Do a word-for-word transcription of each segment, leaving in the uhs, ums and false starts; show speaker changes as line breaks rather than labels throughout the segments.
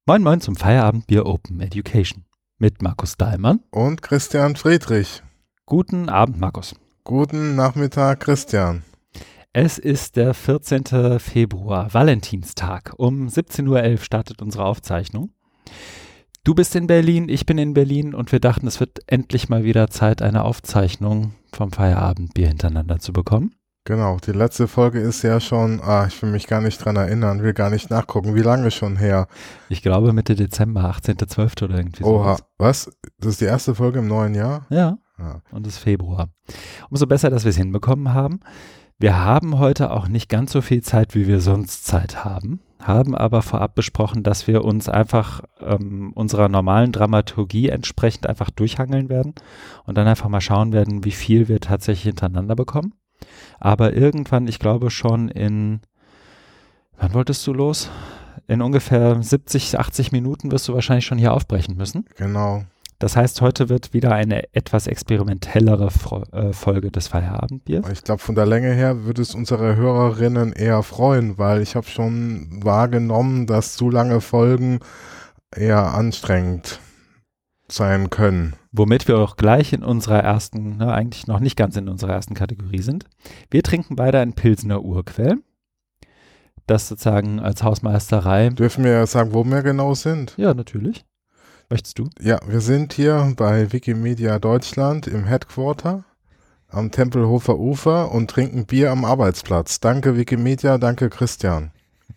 Moin Moin zum Feierabendbier Open Education mit Markus Dahlmann
und Christian Friedrich.
Guten Abend, Markus.
Guten Nachmittag, Christian.
Es ist der vierzehnten Februar, Valentinstag. Um siebzehn Uhr elf startet unsere Aufzeichnung. Du bist in Berlin, ich bin in Berlin und wir dachten, es wird endlich mal wieder Zeit, eine Aufzeichnung vom Feierabendbier hintereinander zu bekommen.
Genau, die letzte Folge ist ja schon, ah, ich will mich gar nicht dran erinnern, will gar nicht nachgucken. Wie lange schon her?
Ich glaube Mitte Dezember, achtzehnten zwölften oder irgendwie so.
Oha, was? Das ist die erste Folge im neuen Jahr?
Ja,
ja.
Und es ist Februar. Umso besser, dass wir es hinbekommen haben. Wir haben heute auch nicht ganz so viel Zeit, wie wir sonst Zeit haben, haben aber vorab besprochen, dass wir uns einfach ähm, unserer normalen Dramaturgie entsprechend einfach durchhangeln werden und dann einfach mal schauen werden, wie viel wir tatsächlich hintereinander bekommen. Aber irgendwann, ich glaube schon in, wann wolltest du los? In ungefähr siebzig, achtzig Minuten wirst du wahrscheinlich schon hier aufbrechen müssen.
Genau.
Das heißt, heute wird wieder eine etwas experimentellere Fro- äh, Folge des Feierabendbiers.
Ich glaube, von der Länge her würde es unsere Hörerinnen eher freuen, weil ich habe schon wahrgenommen, dass zu lange Folgen eher anstrengend sein können.
Womit wir auch gleich in unserer ersten, ne, eigentlich noch nicht ganz in unserer ersten Kategorie sind. Wir trinken beide ein Pilsener Urquell. Das sozusagen als Hausmeisterei.
Dürfen wir sagen, wo wir genau sind?
Ja, natürlich. Möchtest du?
Ja, wir sind hier bei Wikimedia Deutschland im Headquarter am Tempelhofer Ufer und trinken Bier am Arbeitsplatz. Danke Wikimedia, danke Christian.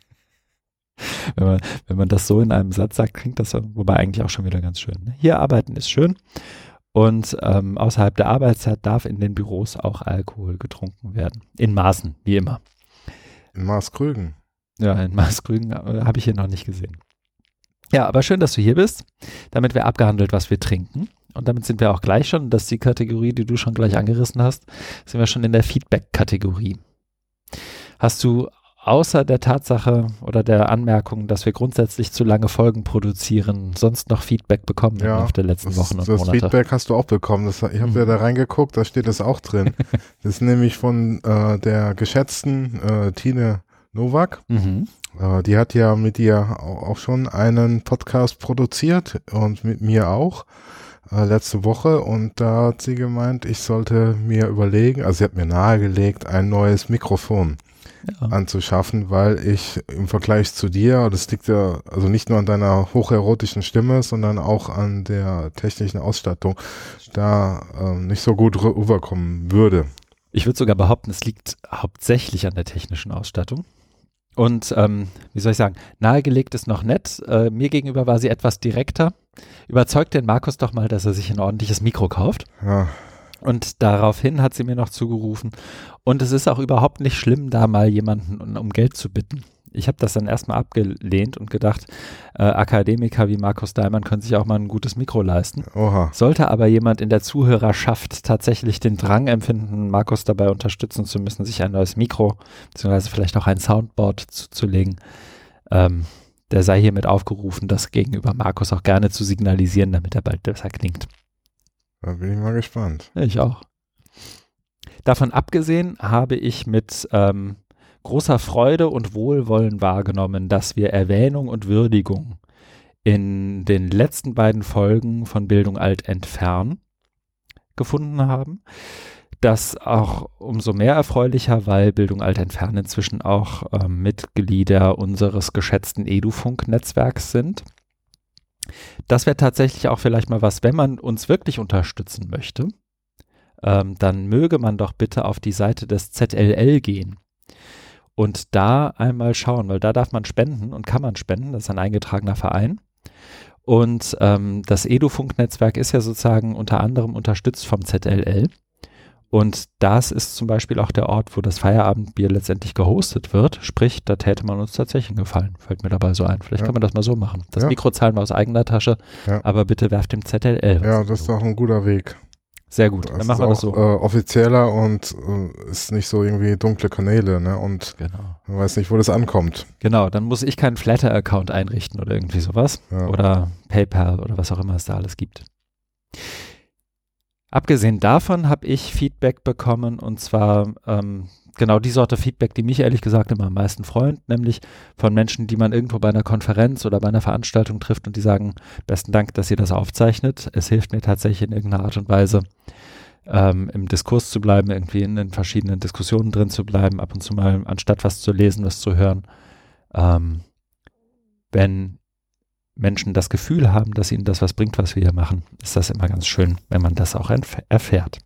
Wenn man, wenn man das so in einem Satz sagt, klingt das wobei eigentlich auch schon wieder ganz schön. Ne? Hier arbeiten ist schön und ähm, außerhalb der Arbeitszeit darf in den Büros auch Alkohol getrunken werden. In Maßen, wie immer.
In Maßkrügen.
Ja, in Maßkrügen äh, habe ich hier noch nicht gesehen. Ja, aber schön, dass du hier bist. Damit wir abgehandelt, was wir trinken. Und damit sind wir auch gleich schon, das ist die Kategorie, die du schon gleich angerissen hast, sind wir schon in der Feedback-Kategorie. Hast du außer der Tatsache oder der Anmerkung, dass wir grundsätzlich zu lange Folgen produzieren, sonst noch Feedback bekommen
ja,
auf der letzten
das,
Wochen und
das
Monate?
Das Feedback hast du auch bekommen. Das, ich habe
mhm.
ja da reingeguckt, da steht das auch drin. Das ist nämlich von äh, der geschätzten äh, Tine Nowak.
Mhm.
Äh, die hat ja mit dir auch, auch schon einen Podcast produziert und mit mir auch äh, letzte Woche. Und da hat sie gemeint, ich sollte mir überlegen, also sie hat mir nahegelegt, ein neues Mikrofon Ja. anzuschaffen, weil ich im Vergleich zu dir, das liegt ja also nicht nur an deiner hocherotischen Stimme, sondern auch an der technischen Ausstattung, da ähm, nicht so gut rüberkommen würde.
Ich würde sogar behaupten, es liegt hauptsächlich an der technischen Ausstattung. Und ähm, wie soll ich sagen, nahegelegt ist noch nett. Äh, mir gegenüber war sie etwas direkter. Überzeugt den Markus doch mal, dass er sich ein ordentliches Mikro kauft.
Ja.
Und daraufhin hat sie mir noch zugerufen. Und es ist auch überhaupt nicht schlimm, da mal jemanden um Geld zu bitten. Ich habe das dann erstmal abgelehnt und gedacht, äh, Akademiker wie Markus Dahlmann können sich auch mal ein gutes Mikro leisten.
Oha.
Sollte aber jemand in der Zuhörerschaft tatsächlich den Drang empfinden, Markus dabei unterstützen zu müssen, sich ein neues Mikro, beziehungsweise vielleicht auch ein Soundboard zuzulegen, ähm, der sei hiermit aufgerufen, das gegenüber Markus auch gerne zu signalisieren, damit er bald besser klingt.
Da bin ich mal gespannt.
Ja, ich auch. Davon abgesehen habe ich mit ähm, großer Freude und Wohlwollen wahrgenommen, dass wir Erwähnung und Würdigung in den letzten beiden Folgen von Bildung alt entfernen gefunden haben. Das auch umso mehr erfreulicher, weil Bildung alt entfernen inzwischen auch ähm, Mitglieder unseres geschätzten Edufunk-Netzwerks sind. Das wäre tatsächlich auch vielleicht mal was, wenn man uns wirklich unterstützen möchte, ähm, dann möge man doch bitte auf die Seite des Z L L gehen und da einmal schauen, weil da darf man spenden und kann man spenden, das ist ein eingetragener Verein. Und ähm, das Edufunk-Netzwerk ist ja sozusagen unter anderem unterstützt vom Z L L. Und das ist zum Beispiel auch der Ort, wo das Feierabendbier letztendlich gehostet wird. Sprich, da täte man uns tatsächlich einen Gefallen. Fällt mir dabei so ein. Vielleicht
ja.
kann man das mal so machen. Das
ja.
Mikro zahlen wir aus eigener Tasche, ja. aber bitte werft dem Z L L.
Ja, das ist doch ein guter Weg.
Sehr gut,
das
dann machen wir das so.
Äh, offizieller und äh, ist nicht so irgendwie dunkle Kanäle, ne? Und
genau.
man weiß nicht, wo das ankommt.
Genau, dann muss ich keinen Flatter-Account einrichten oder irgendwie sowas.
Ja.
Oder PayPal oder was auch immer es da alles gibt. Abgesehen davon habe ich Feedback bekommen, und zwar ähm, genau die Sorte Feedback, die mich ehrlich gesagt immer am meisten freut, nämlich von Menschen, die man irgendwo bei einer Konferenz oder bei einer Veranstaltung trifft und die sagen, besten Dank, dass ihr das aufzeichnet. Es hilft mir tatsächlich in irgendeiner Art und Weise, ähm, im Diskurs zu bleiben, irgendwie in den verschiedenen Diskussionen drin zu bleiben, ab und zu mal, anstatt was zu lesen, was zu hören. Ähm, wenn Menschen das Gefühl haben, dass ihnen das was bringt, was wir hier machen, ist das immer ganz schön, wenn man das auch erfährt.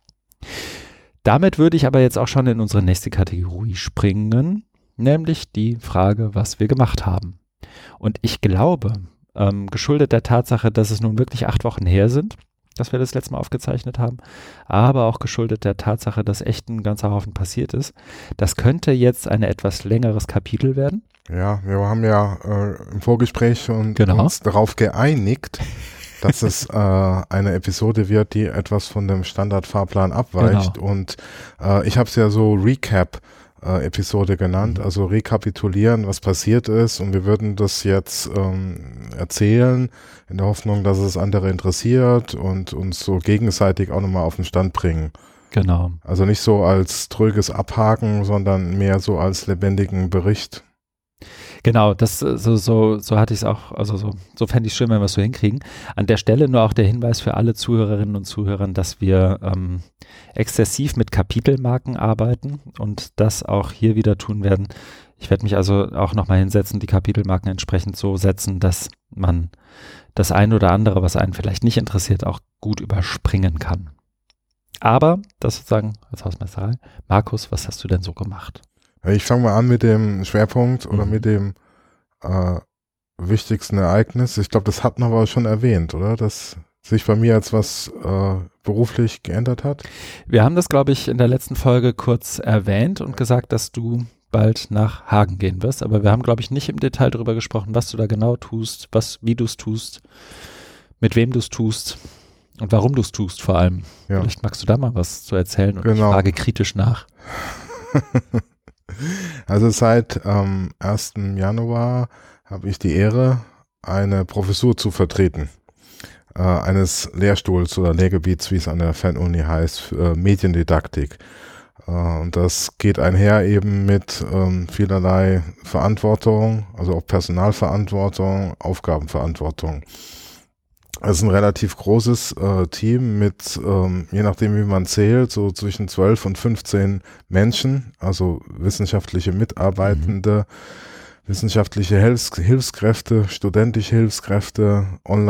Damit würde ich aber jetzt auch schon in unsere nächste Kategorie springen, nämlich die Frage, was wir gemacht haben. Und ich glaube, ähm, geschuldet der Tatsache, dass es nun wirklich acht Wochen her sind, dass wir das letzte Mal aufgezeichnet haben, aber auch geschuldet der Tatsache, dass echt ein ganzer Haufen passiert ist, das könnte jetzt ein etwas längeres Kapitel werden.
Ja, wir haben ja äh, im Vorgespräch schon
genau.
uns darauf geeinigt, dass es äh, eine Episode wird, die etwas von dem Standardfahrplan abweicht. Genau. Und äh, ich habe es ja so Recap-Episode äh, genannt, mhm. also rekapitulieren, was passiert ist. Und wir würden das jetzt ähm, erzählen, in der Hoffnung, dass es andere interessiert und uns so gegenseitig auch nochmal auf den Stand bringen.
Genau.
Also nicht so als tröges Abhaken, sondern mehr so als lebendigen Bericht.
Genau, das so, so, so hatte ich es auch, also so, so fände ich es schön, wenn wir es so hinkriegen. An der Stelle nur auch der Hinweis für alle Zuhörerinnen und Zuhörer, dass wir ähm, exzessiv mit Kapitelmarken arbeiten und das auch hier wieder tun werden. Ich werde mich also auch nochmal hinsetzen, die Kapitelmarken entsprechend so setzen, dass man das ein oder andere, was einen vielleicht nicht interessiert, auch gut überspringen kann. Aber, das sozusagen als Hausmeisterei. Markus, was hast du denn so gemacht?
Ich fange mal an mit dem Schwerpunkt oder mhm. mit dem äh, wichtigsten Ereignis. Ich glaube, das hatten wir aber schon erwähnt, oder? Dass sich bei mir jetzt was äh, beruflich geändert hat.
Wir haben das, glaube ich, in der letzten Folge kurz erwähnt und gesagt, dass du bald nach Hagen gehen wirst. Aber wir haben, glaube ich, nicht im Detail darüber gesprochen, was du da genau tust, was, wie du es tust, mit wem du es tust und warum du es tust vor allem. Ja. Vielleicht magst du da mal was zu erzählen und genau. Ich frage kritisch nach.
Also seit ähm, ersten Januar habe ich die Ehre, eine Professur zu vertreten, äh, eines Lehrstuhls oder Lehrgebiets, wie es an der Fernuni heißt, für, äh, Mediendidaktik. Äh, und das geht einher eben mit ähm, vielerlei Verantwortung, also auch Personalverantwortung, Aufgabenverantwortung. Es ist ein relativ großes äh, Team mit, ähm, je nachdem wie man zählt, so zwischen zwölf und fünfzehn Menschen, also wissenschaftliche Mitarbeitende, mhm. wissenschaftliche Hilfs- Hilfskräfte, studentische Hilfskräfte,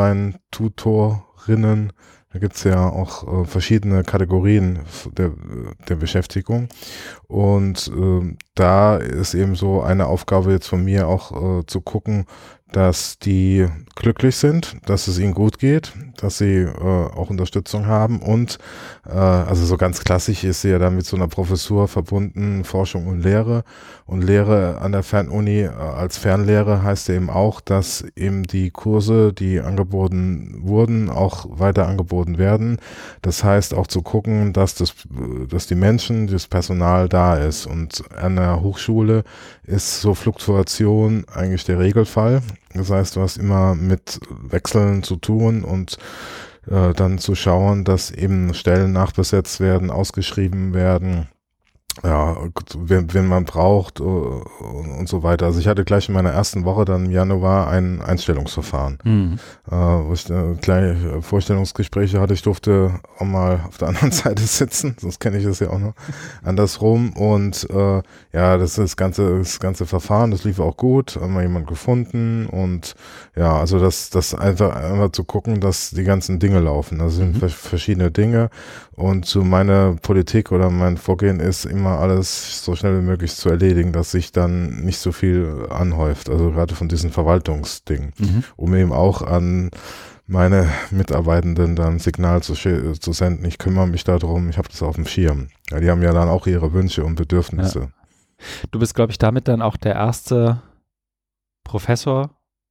Online-Tutorinnen. Da gibt's ja auch äh, verschiedene Kategorien der, der Beschäftigung. Und äh, da ist eben so eine Aufgabe jetzt von mir auch äh, zu gucken, dass die glücklich sind, dass es ihnen gut geht, dass sie äh, auch Unterstützung haben und äh, also so ganz klassisch ist sie ja dann mit so einer Professur verbunden, Forschung und Lehre. Und Lehre an der Fernuni äh, als Fernlehre heißt ja eben auch, dass eben die Kurse, die angeboten wurden, auch weiter angeboten werden. Das heißt auch zu gucken, dass das, dass die Menschen, das Personal da ist. Und an der Hochschule ist so Fluktuation eigentlich der Regelfall. Das heißt, du hast immer mit Wechseln zu tun und äh, dann zu schauen, dass eben Stellen nachbesetzt werden, ausgeschrieben werden, ja, wenn, wenn man braucht uh, und, und so weiter. Also ich hatte gleich in meiner ersten Woche dann im Januar ein Einstellungsverfahren, mhm. äh, wo ich äh, gleich Vorstellungsgespräche hatte. Ich durfte auch mal auf der anderen Seite sitzen, sonst kenne ich das ja auch noch andersrum. Und äh, ja, das ist das ganze, das ganze Verfahren, das lief auch gut, haben wir jemanden gefunden und ja, also das, das einfach, einfach zu gucken, dass die ganzen Dinge laufen. Das sind mhm. verschiedene Dinge und so meine Politik oder mein Vorgehen ist immer alles so schnell wie möglich zu erledigen, dass sich dann nicht so viel anhäuft, also gerade von diesen Verwaltungsdingen, mhm. um eben auch an meine Mitarbeitenden dann Signal zu, zu senden, ich kümmere mich darum, ich habe das auf dem Schirm. Ja, die haben ja dann auch ihre Wünsche und Bedürfnisse. Ja.
Du bist, glaube ich, damit dann auch der erste Professor,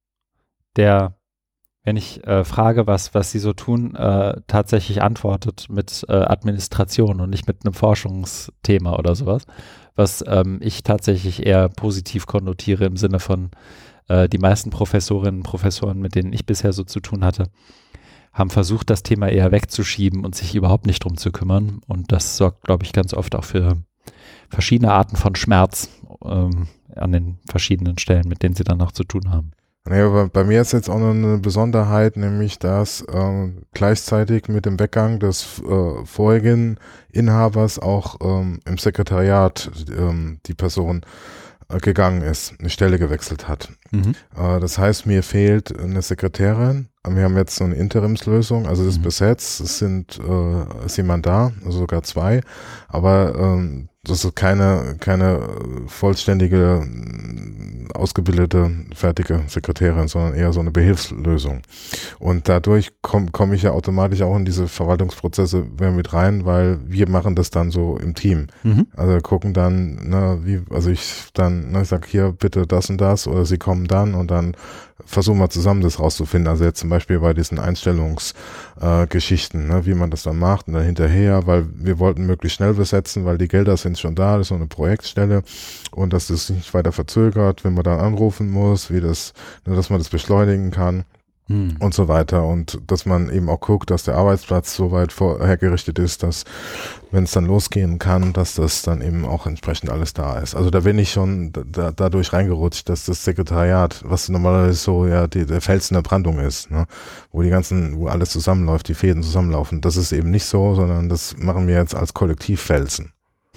der, wenn ich äh, frage, was, was sie so tun, äh, tatsächlich antwortet mit äh, Administration und nicht mit einem Forschungsthema oder sowas, was ähm, ich tatsächlich eher positiv konnotiere im Sinne von äh, die meisten Professorinnen und Professoren, mit denen ich bisher so zu tun hatte, haben versucht, das Thema eher wegzuschieben und sich überhaupt nicht drum zu kümmern. Und das sorgt, glaube ich, ganz oft auch für verschiedene Arten von Schmerz ähm, an den verschiedenen Stellen, mit denen sie dann noch zu tun haben.
Naja, aber bei mir ist jetzt auch noch eine Besonderheit, nämlich dass äh, gleichzeitig mit dem Weggang des äh, vorigen Inhabers auch ähm, im Sekretariat ähm, die Person äh, gegangen ist, eine Stelle gewechselt hat. Mhm. Äh, das heißt, mir fehlt eine Sekretärin. Wir haben jetzt so eine Interimslösung, also das ist mhm. besetzt, es sind äh, ist jemand da, also sogar zwei, aber ähm, das ist keine keine vollständige, ausgebildete, fertige Sekretärin, sondern eher so eine Behilfslösung. Und dadurch komme komm ich ja automatisch auch in diese Verwaltungsprozesse mit rein, weil wir machen das dann so im Team. Mhm. Also wir gucken dann, ne, wie, also ich dann, ne, ich sag hier bitte das und das oder sie kommen dann und dann versuchen wir zusammen das rauszufinden. Also jetzt zum Beispiel bei diesen Einstellungsgeschichten, äh, ne, wie man das dann macht und dann hinterher, weil wir wollten möglichst schnell besetzen, weil die Gelder sind schon da, das ist so eine Projektstelle und dass das nicht weiter verzögert, wenn man dann anrufen muss, wie das, ne, dass man das beschleunigen kann. Und so weiter und dass man eben auch guckt, dass der Arbeitsplatz so weit vorhergerichtet ist, dass wenn es dann losgehen kann, dass das dann eben auch entsprechend alles da ist. Also da bin ich schon da, dadurch reingerutscht, dass das Sekretariat, was normalerweise so ja die, der Fels in der Brandung ist, ne, wo die ganzen, wo alles zusammenläuft, die Fäden zusammenlaufen, das ist eben nicht so, sondern das machen wir jetzt als Kollektivfelsen.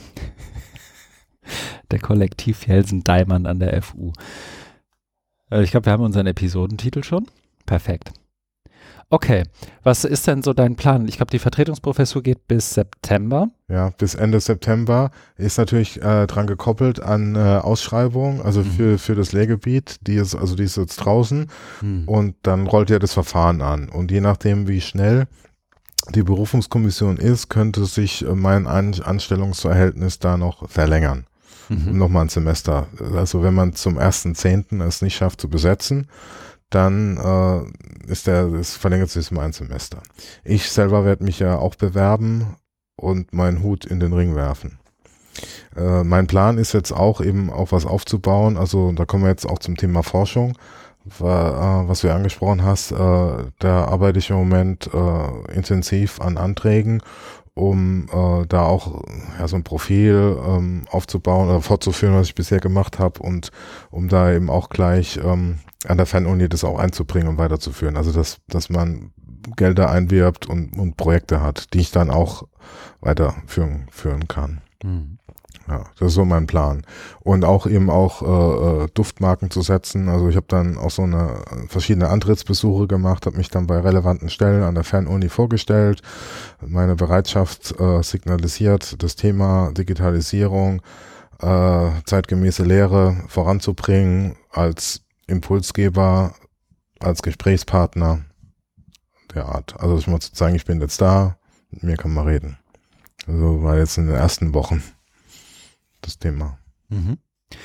Der Kollektivfelsen Daimann an der F U. Ich glaube, wir haben unseren Episodentitel schon. Perfekt. Okay, was ist denn so dein Plan? Ich glaube, die Vertretungsprofessur geht bis September.
Ja, bis Ende September ist natürlich äh, dran gekoppelt an äh, Ausschreibung, also mhm. für für das Lehrgebiet, die ist also die ist jetzt draußen mhm. und dann rollt ja das Verfahren an und je nachdem, wie schnell die Berufungskommission ist, könnte sich äh, mein an Anstellungsverhältnis da noch verlängern. Mhm. Um nochmal ein Semester. Also wenn man zum ersten Zehnten es nicht schafft zu besetzen, dann äh, ist der, es verlängert sich um ein Semester. Ich selber werde mich ja auch bewerben und meinen Hut in den Ring werfen. Äh, mein Plan ist jetzt auch eben auch was aufzubauen, also da kommen wir jetzt auch zum Thema Forschung, war, äh, was du ja angesprochen hast, äh, da arbeite ich im Moment äh, intensiv an Anträgen, um äh, da auch ja, so ein Profil ähm, aufzubauen oder fortzuführen, was ich bisher gemacht habe und um da eben auch gleich ähm, an der Fernuni das auch einzubringen und weiterzuführen. Also dass dass man Gelder einwirbt und, und Projekte hat, die ich dann auch weiterführen führen kann. Mhm. Ja, das ist so mein Plan. Und auch eben auch äh, Duftmarken zu setzen. Also ich habe dann auch so eine verschiedene Antrittsbesuche gemacht, habe mich dann bei relevanten Stellen an der Fernuni vorgestellt, meine Bereitschaft äh, signalisiert, das Thema Digitalisierung, äh, zeitgemäße Lehre voranzubringen als Impulsgeber, als Gesprächspartner der Art. Also ich muss sagen, ich bin jetzt da, mit mir kann man reden. Also war jetzt in den ersten Wochen das Thema.
Mhm.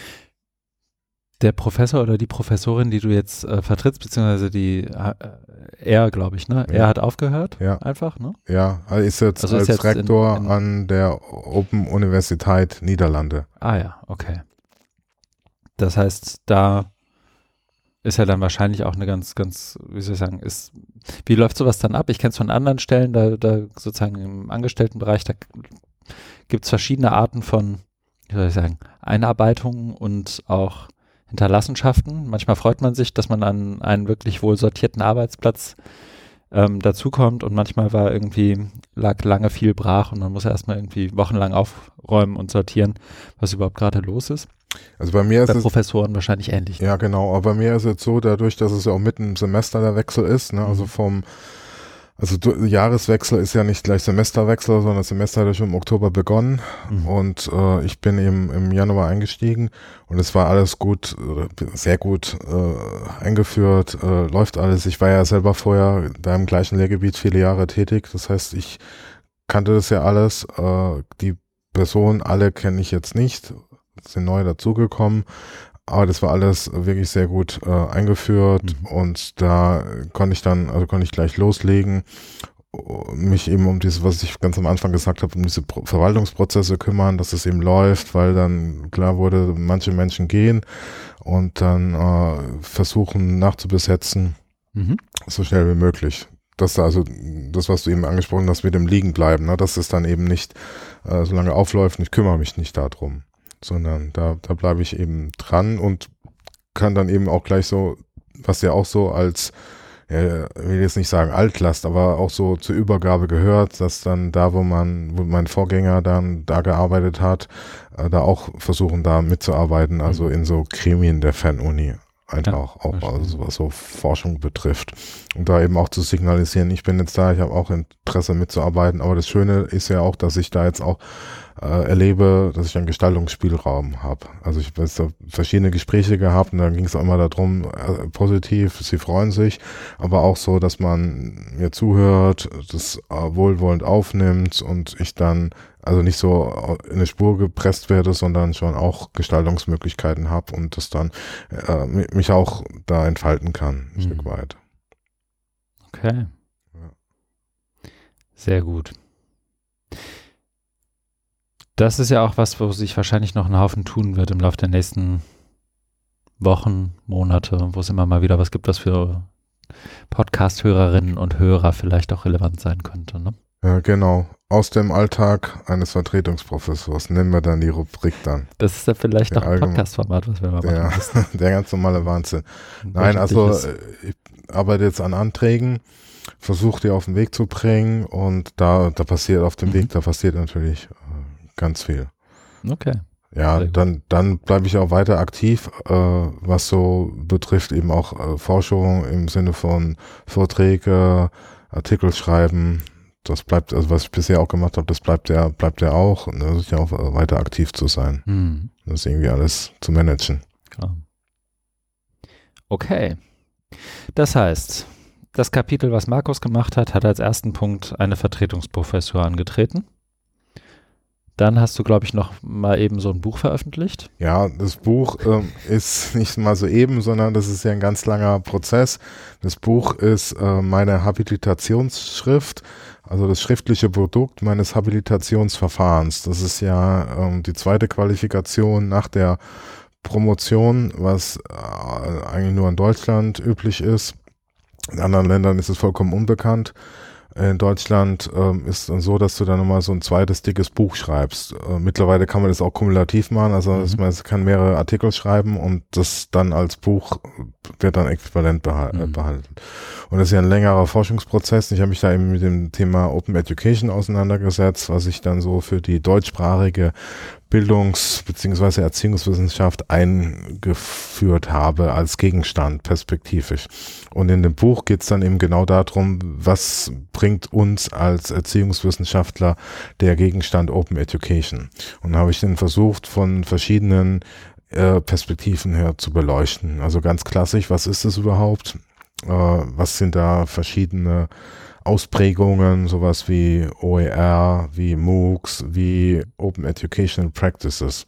Der Professor oder die Professorin, die du jetzt äh, vertrittst, beziehungsweise die, äh, er, glaube ich, ne? Ja. Er hat aufgehört,
ja.
einfach, ne?
Ja, er ist jetzt also als ist jetzt Rektor in, in an der Open Universität Niederlande.
Ah ja, okay. Das heißt, da ist ja dann wahrscheinlich auch eine ganz, ganz, wie soll ich sagen, ist, wie läuft sowas dann ab? Ich kenne es von anderen Stellen, da, da sozusagen im Angestelltenbereich, da gibt es verschiedene Arten von, wie soll ich sagen, Einarbeitungen und auch Hinterlassenschaften. Manchmal freut man sich, dass man an einen wirklich wohl sortierten Arbeitsplatz ähm, dazukommt und manchmal war irgendwie, lag lange viel brach und man muss erstmal irgendwie wochenlang aufräumen und sortieren, was überhaupt gerade los ist.
Also bei mir ist
bei
es,
Professoren wahrscheinlich ähnlich.
Ja, genau, aber bei mir ist es so, dadurch, dass es ja auch mitten im Semester der Wechsel ist, ne, also vom Also du, Jahreswechsel ist ja nicht gleich Semesterwechsel, sondern das Semester hat ja schon im Oktober begonnen mhm. und äh, ich bin eben im Januar eingestiegen und es war alles gut, sehr gut äh, eingeführt, äh, läuft alles. Ich war ja selber vorher da im gleichen Lehrgebiet viele Jahre tätig, das heißt, ich kannte das ja alles. Äh, die Personen, alle kenne ich jetzt nicht, sind neu dazugekommen. Aber das war alles wirklich sehr gut äh, eingeführt mhm. und da konnte ich dann, also konnte ich gleich loslegen, mich eben um diese, was ich ganz am Anfang gesagt habe, um diese Pro- Verwaltungsprozesse kümmern, dass es eben läuft, weil dann klar wurde, manche Menschen gehen und dann äh, versuchen nachzubesetzen, mhm. so schnell wie möglich. das also das, was du eben angesprochen hast mit dem Liegenbleiben, ne, dass es dann eben nicht äh, so lange aufläuft, ich kümmere mich nicht darum, sondern da, da bleibe ich eben dran und kann dann eben auch gleich so, was ja auch so als, ja, ich will jetzt nicht sagen Altlast, aber auch so zur Übergabe gehört, dass dann da, wo man, wo mein Vorgänger dann da gearbeitet hat, äh, da auch versuchen, da mitzuarbeiten, also in so Gremien der Fernuni. Einfach ja, auch, auch also was so Forschung betrifft. Und da eben auch zu signalisieren, ich bin jetzt da, ich habe auch Interesse mitzuarbeiten, aber das Schöne ist ja auch, dass ich da jetzt auch äh, erlebe, dass ich einen Gestaltungsspielraum habe. Also ich habe jetzt verschiedene Gespräche gehabt und dann ging es auch immer darum, äh, positiv, sie freuen sich, aber auch so, dass man mir zuhört, das äh, wohlwollend aufnimmt und ich dann also nicht so in eine Spur gepresst werde, sondern schon auch Gestaltungsmöglichkeiten habe und das dann äh, mich auch da entfalten kann, ein mhm. Stück weit.
Okay. Ja. Sehr gut. Das ist ja auch was, wo sich wahrscheinlich noch ein Haufen tun wird im Laufe der nächsten Wochen, Monate, wo es immer mal wieder was gibt, was für Podcast-Hörerinnen und Hörer vielleicht auch relevant sein könnte, ne?
Ja, genau. Aus dem Alltag eines Vertretungsprofessors nennen wir dann die Rubrik dann.
Das ist ja vielleicht noch ein Podcast-Format, was wir mal machen
ja, müssen. Der ganz normale Wahnsinn. Nein, also ich arbeite jetzt an Anträgen, versuche die auf den Weg zu bringen und da, da passiert auf dem mhm. Weg, da passiert natürlich äh, ganz viel.
Okay.
Ja, dann, dann bleibe ich auch weiter aktiv, äh, was so betrifft eben auch äh, Forschung im Sinne von Vorträge, Artikel schreiben. Das bleibt, also was ich bisher auch gemacht habe, das bleibt ja, bleibt ja auch, und das ist ja auch weiter aktiv zu sein. Hm. Das ist irgendwie alles zu managen.
Klar. Okay. Das heißt, das Kapitel, was Markus gemacht hat, hat als ersten Punkt eine Vertretungsprofessur angetreten. Dann hast du, glaube ich, noch mal eben so ein Buch veröffentlicht.
Ja, das Buch ähm, ist nicht mal so eben, sondern das ist ja ein ganz langer Prozess. Das Buch ist äh, meine Habilitationsschrift, also das schriftliche Produkt meines Habilitationsverfahrens. Das ist ja ähm, die zweite Qualifikation nach der Promotion, was äh, eigentlich nur in Deutschland üblich ist. In anderen Ländern ist es vollkommen unbekannt. In Deutschland ähm, ist dann so, dass du dann nochmal so ein zweites dickes Buch schreibst. Äh, mittlerweile kann man das auch kumulativ machen, also mhm. man kann mehrere Artikel schreiben und das dann als Buch wird dann äquivalent behal- mhm. behalten. Und das ist ja ein längerer Forschungsprozess. Ich habe mich da eben mit dem Thema Open Education auseinandergesetzt, was ich dann so für die deutschsprachige Bildungs- bzw. Erziehungswissenschaft eingeführt habe als Gegenstand perspektivisch. Und in dem Buch geht es dann eben genau darum, was bringt uns als Erziehungswissenschaftler der Gegenstand Open Education. Und da habe ich dann versucht, von verschiedenen äh, Perspektiven her zu beleuchten. Also ganz klassisch, was ist es überhaupt? Äh, was sind da verschiedene Ausprägungen, sowas wie O E R, wie MOOCs, wie Open Educational Practices.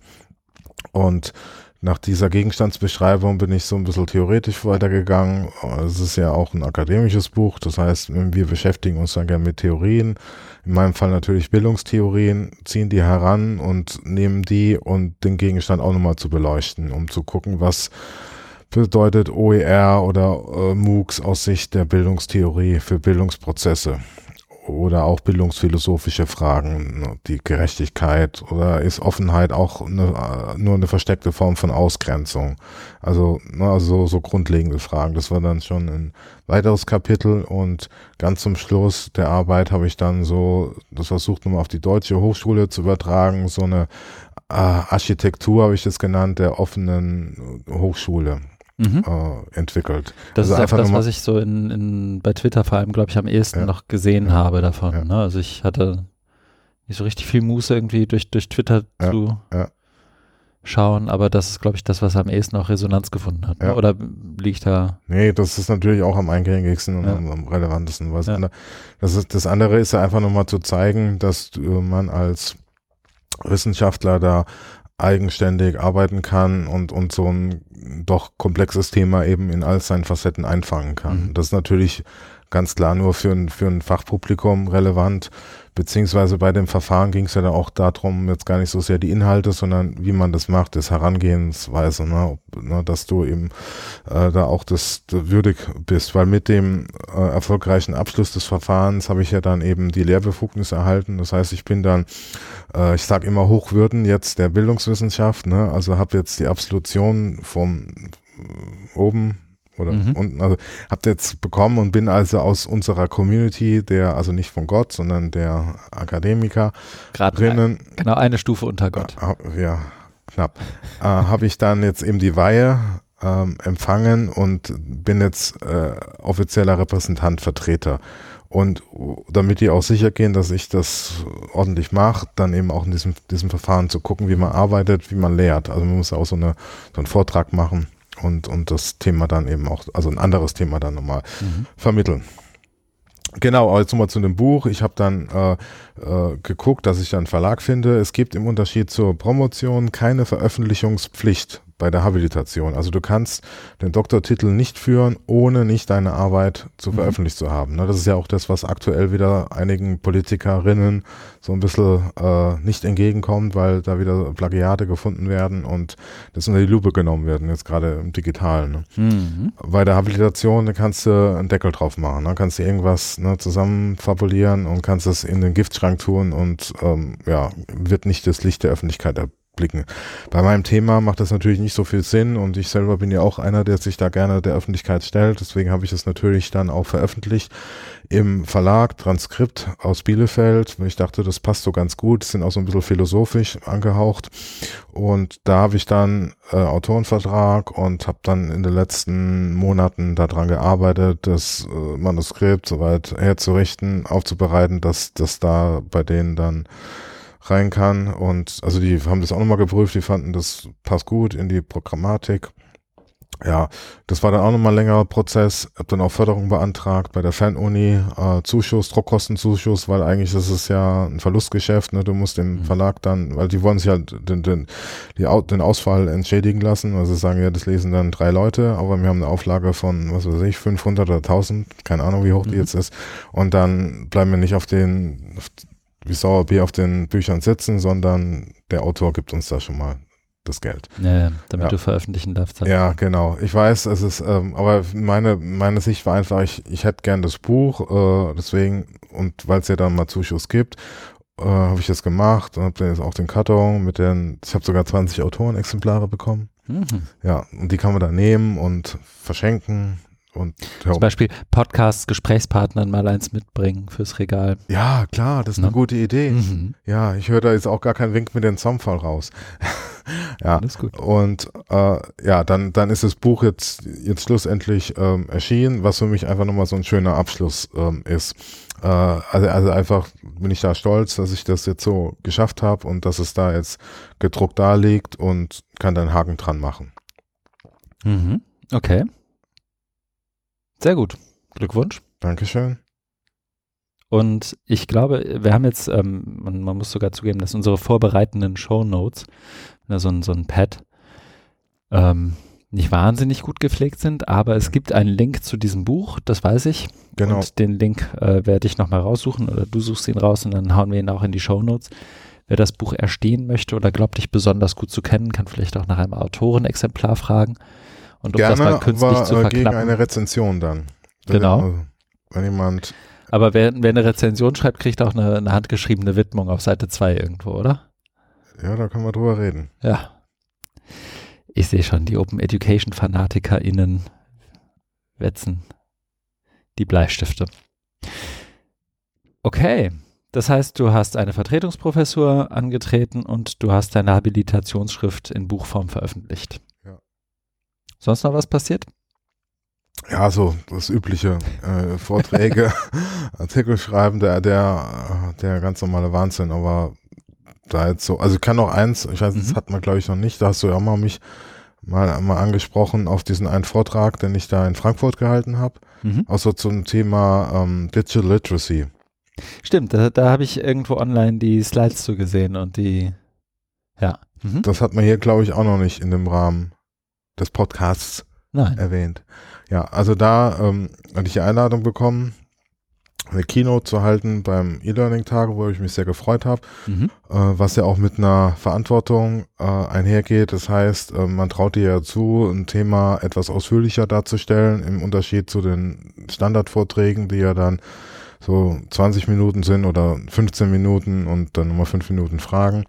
Und nach dieser Gegenstandsbeschreibung bin ich so ein bisschen theoretisch weitergegangen. Es ist ja auch ein akademisches Buch, das heißt, wir beschäftigen uns dann gerne mit Theorien. In meinem Fall natürlich Bildungstheorien, ziehen die heran und nehmen die und den Gegenstand auch nochmal zu beleuchten, um zu gucken, was bedeutet O E R oder äh, MOOCs aus Sicht der Bildungstheorie für Bildungsprozesse oder auch bildungsphilosophische Fragen, die Gerechtigkeit oder ist Offenheit auch eine, nur eine versteckte Form von Ausgrenzung? Also, also so grundlegende Fragen. Das war dann schon ein weiteres Kapitel und ganz zum Schluss der Arbeit habe ich dann so das versucht, nochmal auf die Deutsche Hochschule zu übertragen, so eine äh, Architektur, habe ich das genannt, der offenen Hochschule. Mhm. Äh, entwickelt.
Das also ist einfach das, was ich so in, in bei Twitter vor allem, glaube ich, am ehesten ja. noch gesehen ja. habe davon. Ja. Ne? Also ich hatte nicht so richtig viel Muße irgendwie durch, durch Twitter ja. zu ja. schauen, aber das ist, glaube ich, das, was am ehesten auch Resonanz gefunden hat. Ne? Ja. Oder liegt da?
Nee, das ist natürlich auch am eingängigsten und ja. am, am relevantesten. Was ja. andere, das, ist, das andere ist ja einfach nochmal zu zeigen, dass man als Wissenschaftler da eigenständig arbeiten kann und, und so ein doch komplexes Thema eben in all seinen Facetten einfangen kann. Mhm. Das ist natürlich ganz klar nur für ein, für ein Fachpublikum relevant, beziehungsweise bei dem Verfahren ging es ja dann auch darum, jetzt gar nicht so sehr die Inhalte, sondern wie man das macht, das Herangehensweise, ne, ob, ne, dass du eben äh, da auch das, das würdig bist, weil mit dem äh, erfolgreichen Abschluss des Verfahrens habe ich ja dann eben die Lehrbefugnis erhalten, das heißt, ich bin dann, äh, ich sage immer Hochwürden jetzt der Bildungswissenschaft, ne, also habe jetzt die Absolution vom äh, oben oder mhm. unten, also habt jetzt bekommen und bin also aus unserer Community, der, also nicht von Gott, sondern der Akademiker,
gerade ein, genau eine Stufe unter Gott.
Äh, ja, knapp. äh, habe ich dann jetzt eben die Weihe ähm, empfangen und bin jetzt äh, offizieller Repräsentant, Vertreter. Und damit die auch sicher gehen, dass ich das ordentlich mache, dann eben auch in diesem, diesem Verfahren zu gucken, wie man arbeitet, wie man lehrt. Also man muss ja auch so, eine, so einen Vortrag machen. Und, und das Thema dann eben auch, also ein anderes Thema dann nochmal mhm. vermitteln. Genau, aber jetzt nochmal zu dem Buch. Ich habe dann äh, äh, geguckt, dass ich da einen Verlag finde. Es gibt im Unterschied zur Promotion keine Veröffentlichungspflicht bei der Habilitation. Also du kannst den Doktortitel nicht führen, ohne nicht deine Arbeit zu mhm. veröffentlicht zu haben. Das ist ja auch das, was aktuell wieder einigen Politikerinnen so ein bisschen äh, nicht entgegenkommt, weil da wieder Plagiate gefunden werden und das unter die Lupe genommen werden, jetzt gerade im Digitalen. Ne? Mhm. Bei der Habilitation da kannst du einen Deckel drauf machen, ne? Kannst du irgendwas ne, zusammenfabulieren und kannst es in den Giftschrank tun und ähm, ja, wird nicht das Licht der Öffentlichkeit erblicken. Bei meinem Thema macht das natürlich nicht so viel Sinn und ich selber bin ja auch einer, der sich da gerne der Öffentlichkeit stellt, deswegen habe ich es natürlich dann auch veröffentlicht im Verlag Transkript aus Bielefeld, weil ich dachte, das passt so ganz gut, sind auch so ein bisschen philosophisch angehaucht und da habe ich dann äh, Autorenvertrag und habe dann in den letzten Monaten daran gearbeitet, das äh, Manuskript soweit herzurichten, aufzubereiten, dass das da bei denen dann rein kann und also die haben das auch nochmal geprüft, die fanden, das passt gut in die Programmatik. Ja, das war dann auch nochmal ein längerer Prozess, habe dann auch Förderung beantragt bei der Fernuni, äh, Zuschuss, Druckkostenzuschuss, weil eigentlich ist es ja ein Verlustgeschäft, ne? Du musst dem mhm. Verlag dann, weil die wollen sich halt den, den, die, den Ausfall entschädigen lassen, also sagen ja, das lesen dann drei Leute, aber wir haben eine Auflage von, was weiß ich, fünfhundert oder tausend, keine Ahnung, wie hoch mhm. die jetzt ist und dann bleiben wir nicht auf den, auf wie Sauer B auf den Büchern sitzen, sondern der Autor gibt uns da schon mal das Geld.
Ja, damit
ja.
du veröffentlichen darfst. Halt.
Ja, genau. Ich weiß, es ist, ähm, aber meine meine Sicht war einfach, ich, ich hätte gern das Buch, äh, deswegen, und weil es ja dann mal Zuschuss gibt, äh, habe ich das gemacht und habe dann jetzt auch den Karton mit den, ich habe sogar zwanzig Autorenexemplare bekommen. Mhm. Ja, und die kann man da nehmen und verschenken. Und
zum Beispiel Podcasts, Gesprächspartnern mal eins mitbringen fürs Regal.
Ja, klar, das ist ne? eine gute Idee. Mhm. Ja, ich höre da jetzt auch gar keinen Wink mit dem Zaunpfahl raus. Ja, alles gut. Und äh, ja, dann dann ist das Buch jetzt jetzt schlussendlich ähm, erschienen, was für mich einfach nochmal so ein schöner Abschluss ähm, ist. Äh, also, also einfach bin ich da stolz, dass ich das jetzt so geschafft habe und dass es da jetzt gedruckt da liegt und kann dann Haken dran machen.
Mhm. Okay. Sehr gut. Glückwunsch.
Dankeschön.
Und ich glaube, wir haben jetzt, ähm, man, man muss sogar zugeben, dass unsere vorbereitenden Shownotes, so ein, so ein Pad, ähm, nicht wahnsinnig gut gepflegt sind, aber es gibt einen Link zu diesem Buch, das weiß ich.
Genau.
Und den Link äh, werde ich nochmal raussuchen oder du suchst ihn raus und dann hauen wir ihn auch in die Shownotes. Wer das Buch erstehen möchte oder glaubt, dich besonders gut zu kennen, kann vielleicht auch nach einem Autorenexemplar fragen. Und um
Gerne,
das mal künstlich
aber,
zu
äh,
verknappen.
Gegen eine Rezension dann.
Genau.
Also, wenn jemand.
Aber wer, wer eine Rezension schreibt, kriegt auch eine, eine handgeschriebene Widmung auf Seite zwei irgendwo, oder?
Ja, da können wir drüber reden.
Ja. Ich sehe schon, die Open Education FanatikerInnen wetzen die Bleistifte. Okay. Das heißt, du hast eine Vertretungsprofessur angetreten und du hast deine Habilitationsschrift in Buchform veröffentlicht.
Ja.
Sonst noch was passiert?
Ja, so das übliche äh, Vorträge, Artikel schreiben, der, der, der ganz normale Wahnsinn, aber da jetzt so, also ich kann noch eins, ich weiß, mhm. das hat man glaube ich noch nicht, da hast du ja auch mal mich mal, mal angesprochen auf diesen einen Vortrag, den ich da in Frankfurt gehalten habe, mhm. auch so zum Thema ähm, Digital Literacy.
Stimmt, da, da habe ich irgendwo online die Slides zu gesehen und die, ja.
Mhm. Das hat man hier glaube ich auch noch nicht in dem Rahmen des Podcasts
Nein.
erwähnt. Ja, also da ähm, hatte ich die Einladung bekommen eine Keynote zu halten beim E-Learning-Tage, wo ich mich sehr gefreut habe,
Mhm.
äh, was ja auch mit einer Verantwortung äh, einhergeht. Das heißt, äh, man traut dir ja zu, ein Thema etwas ausführlicher darzustellen, im Unterschied zu den Standardvorträgen, die ja dann so zwanzig Minuten sind oder fünfzehn Minuten und dann nochmal fünf Minuten Fragen.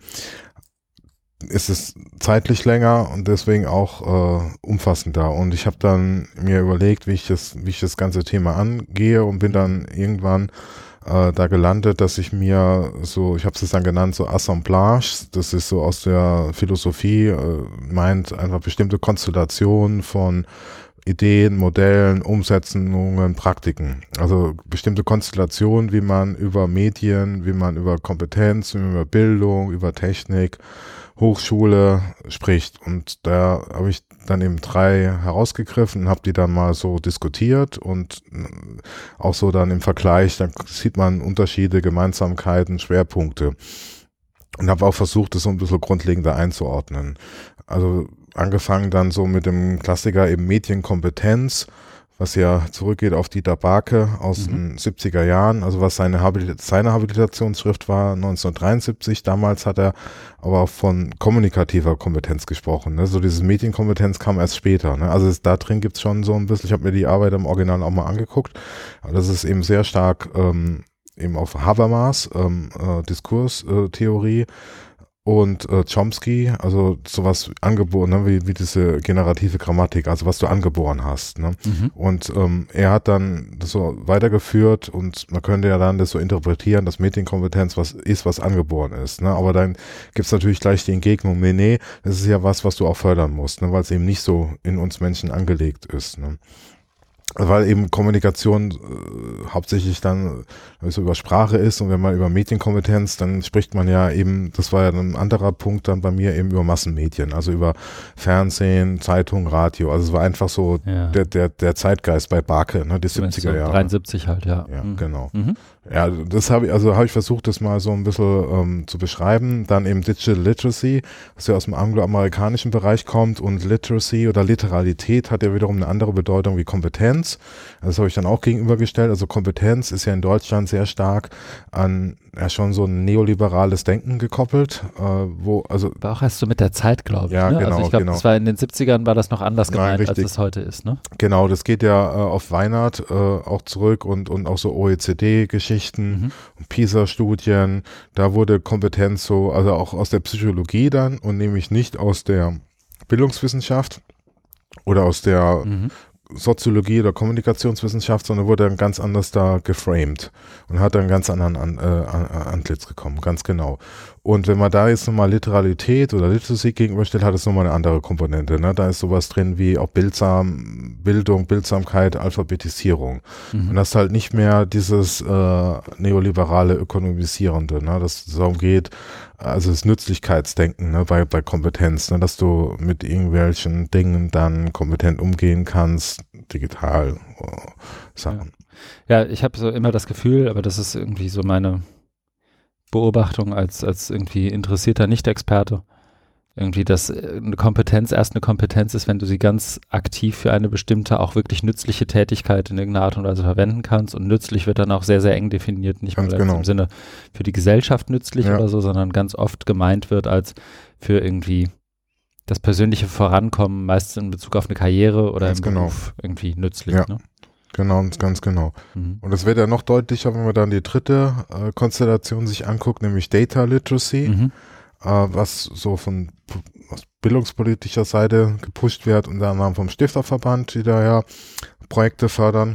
Ist es zeitlich länger und deswegen auch äh, umfassender. Und ich habe dann mir überlegt, wie ich das, wie ich das ganze Thema angehe und bin dann irgendwann äh, da gelandet, dass ich mir so, ich habe es dann genannt, so Assemblages, das ist so aus der Philosophie, äh, meint einfach bestimmte Konstellationen von Ideen, Modellen, Umsetzungen, Praktiken. Also bestimmte Konstellationen, wie man über Medien, wie man über Kompetenz, wie man über Bildung, über Technik, Hochschule spricht. Und da habe ich dann eben drei herausgegriffen und habe die dann mal so diskutiert und auch so dann im Vergleich, dann sieht man Unterschiede, Gemeinsamkeiten, Schwerpunkte. Und habe auch versucht, das so ein bisschen grundlegender einzuordnen. Also angefangen dann so mit dem Klassiker eben Medienkompetenz, was ja zurückgeht auf Dieter Barke aus mhm. den siebziger Jahren, also was seine, Habilit- seine Habilitationsschrift war neunzehnhundertdreiundsiebzig. Damals hat er aber auch von kommunikativer Kompetenz gesprochen. Ne? So dieses Medienkompetenz kam erst später. Ne? Also es, da drin gibt's schon so ein bisschen, ich habe mir die Arbeit im Original auch mal angeguckt, aber das ist eben sehr stark ähm, eben auf Habermas, ähm, äh, Diskurstheorie, und äh, Chomsky, also sowas angeboren, ne, wie, wie diese generative Grammatik, also was du angeboren hast. Ne? Mhm. Und ähm, er hat dann das so weitergeführt und man könnte ja dann das so interpretieren, dass Medienkompetenz was ist, was angeboren ist. Ne? Aber dann gibt's natürlich gleich die Entgegnung, nee, nee, das ist ja was, was du auch fördern musst, ne? Weil es eben nicht so in uns Menschen angelegt ist. Ne? Weil eben Kommunikation äh, hauptsächlich dann so über Sprache ist und wenn man über Medienkompetenz, dann spricht man ja eben, das war ja ein anderer Punkt dann bei mir, eben über Massenmedien, also über Fernsehen, Zeitung, Radio. Also es war einfach so ja. der, der, der Zeitgeist bei Barke, ne, die siebziger Jahre.
dreiundsiebzig halt, ja.
Ja,
mhm.
genau.
Mhm.
Ja, das habe ich, also habe ich versucht, das mal so ein bisschen ähm, zu beschreiben. Dann eben Digital Literacy, was ja aus dem angloamerikanischen Bereich kommt, und Literacy oder Literalität hat ja wiederum eine andere Bedeutung wie Kompetenz. Das habe ich dann auch gegenübergestellt. Also Kompetenz ist ja in Deutschland sehr stark an ja schon so ein neoliberales Denken gekoppelt, äh, wo also
war auch erst so mit der Zeit, glaube ich.
Ja,
ne?
genau,
also ich glaube,
genau.
das war in den siebzigern war das noch anders gemeint,
Nein,
als es heute ist, ne?
Genau, das geht ja äh, auf Weinert äh, auch zurück und und auch so O E C D-Geschichten, mhm. und PISA-Studien. Da wurde Kompetenz so, also auch aus der Psychologie dann und nämlich nicht aus der Bildungswissenschaft oder aus der mhm. Soziologie oder Kommunikationswissenschaft, sondern wurde dann ganz anders da geframed und hat dann ganz anderen an, äh, an, Antlitz gekommen, ganz genau. Und wenn man da jetzt nochmal Literalität oder Literacy gegenüberstellt, hat es nochmal eine andere Komponente. Ne? Da ist sowas drin wie auch Bildsam, Bildung, Bildsamkeit, Alphabetisierung. Mhm. Und das ist halt nicht mehr dieses äh, neoliberale Ökonomisierende, ne? Dass es darum geht, also das Nützlichkeitsdenken, ne? bei, bei Kompetenz, ne? Dass du mit irgendwelchen Dingen dann kompetent umgehen kannst, digital äh, Sachen.
Ja, ja, ich habe so immer das Gefühl, aber das ist irgendwie so meine Beobachtung als, als irgendwie interessierter Nicht-Experte, irgendwie, dass eine Kompetenz erst eine Kompetenz ist, wenn du sie ganz aktiv für eine bestimmte, auch wirklich nützliche Tätigkeit in irgendeiner Art und Weise verwenden kannst, und nützlich wird dann auch sehr, sehr eng definiert, nicht nur genau. im Sinne für die Gesellschaft nützlich ja. oder so, sondern ganz oft gemeint wird als für irgendwie das persönliche Vorankommen, meistens in Bezug auf eine Karriere oder ganz im genau. Beruf irgendwie nützlich.
Ja.
Ne?
Genau, ganz genau. Mhm. Und das wird ja noch deutlicher, wenn man dann die dritte äh, Konstellation sich anguckt, nämlich Data Literacy, mhm. äh, was so von aus bildungspolitischer Seite gepusht wird, unter anderem vom Stifterverband, die da ja Projekte fördern.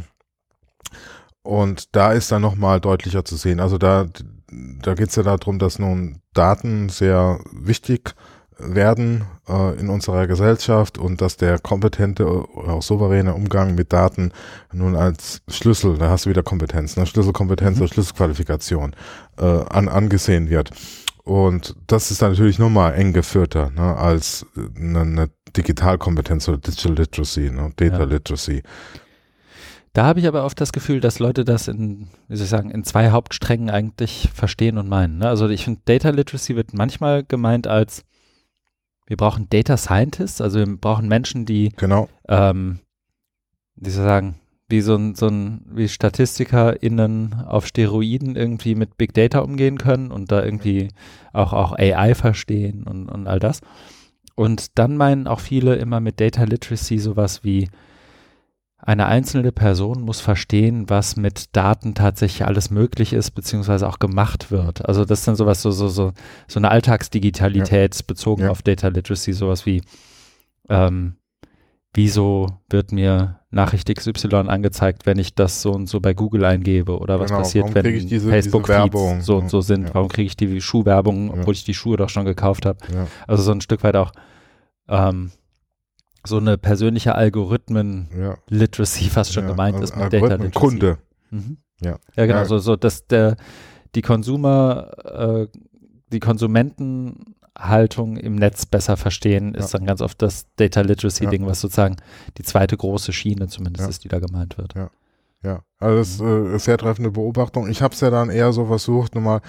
Und da ist dann nochmal deutlicher zu sehen. Also da, da geht es ja darum, dass nun Daten sehr wichtig werden äh, in unserer Gesellschaft und dass der kompetente oder auch souveräne Umgang mit Daten nun als Schlüssel, da hast du wieder Kompetenz, ne? Schlüsselkompetenz mhm. oder Schlüsselqualifikation äh, an, angesehen wird. Und das ist dann natürlich nochmal eng geführter, ne, als eine, eine Digitalkompetenz oder Digital Literacy, ne, Data ja. Literacy.
Da habe ich aber oft das Gefühl, dass Leute das in, wie soll ich sagen, in zwei Hauptsträngen eigentlich verstehen und meinen. Ne? Also ich finde, Data Literacy wird manchmal gemeint als, wir brauchen Data Scientists, also wir brauchen Menschen, die,
genau.
ähm, wie soll ich sagen, wie so ein, so ein, wie StatistikerInnen auf Steroiden irgendwie mit Big Data umgehen können und da irgendwie auch, auch A I verstehen und, und all das. Und dann meinen auch viele immer mit Data Literacy sowas wie, eine einzelne Person muss verstehen, was mit Daten tatsächlich alles möglich ist, beziehungsweise auch gemacht wird. Also das ist dann sowas, so, so, so, so eine Alltagsdigitalität ja. bezogen ja. auf Data Literacy, sowas wie, ähm, wieso wird mir Nachricht X Y angezeigt, wenn ich das so und so bei Google eingebe, oder was genau, passiert, wenn
diese,
Facebook-Feeds so und so sind, ja. warum kriege ich die Schuhwerbung, obwohl ja. ich die Schuhe doch schon gekauft habe. Ja. Also so ein Stück weit auch ähm, so eine persönliche Algorithmen-Literacy ja. fast schon ja, gemeint ist mit Data Literacy.
Kunde.
Mhm. Ja. ja, genau, ja. so, so dass der, die Consumer, äh, die Konsumentenhaltung im Netz besser verstehen, ist ja. dann ganz oft das Data Literacy-Ding, ja. was sozusagen die zweite große Schiene zumindest ja. ist, die da gemeint wird.
Ja, ja. Also das ist äh, eine sehr treffende Beobachtung. Ich habe es ja dann eher so versucht, nochmal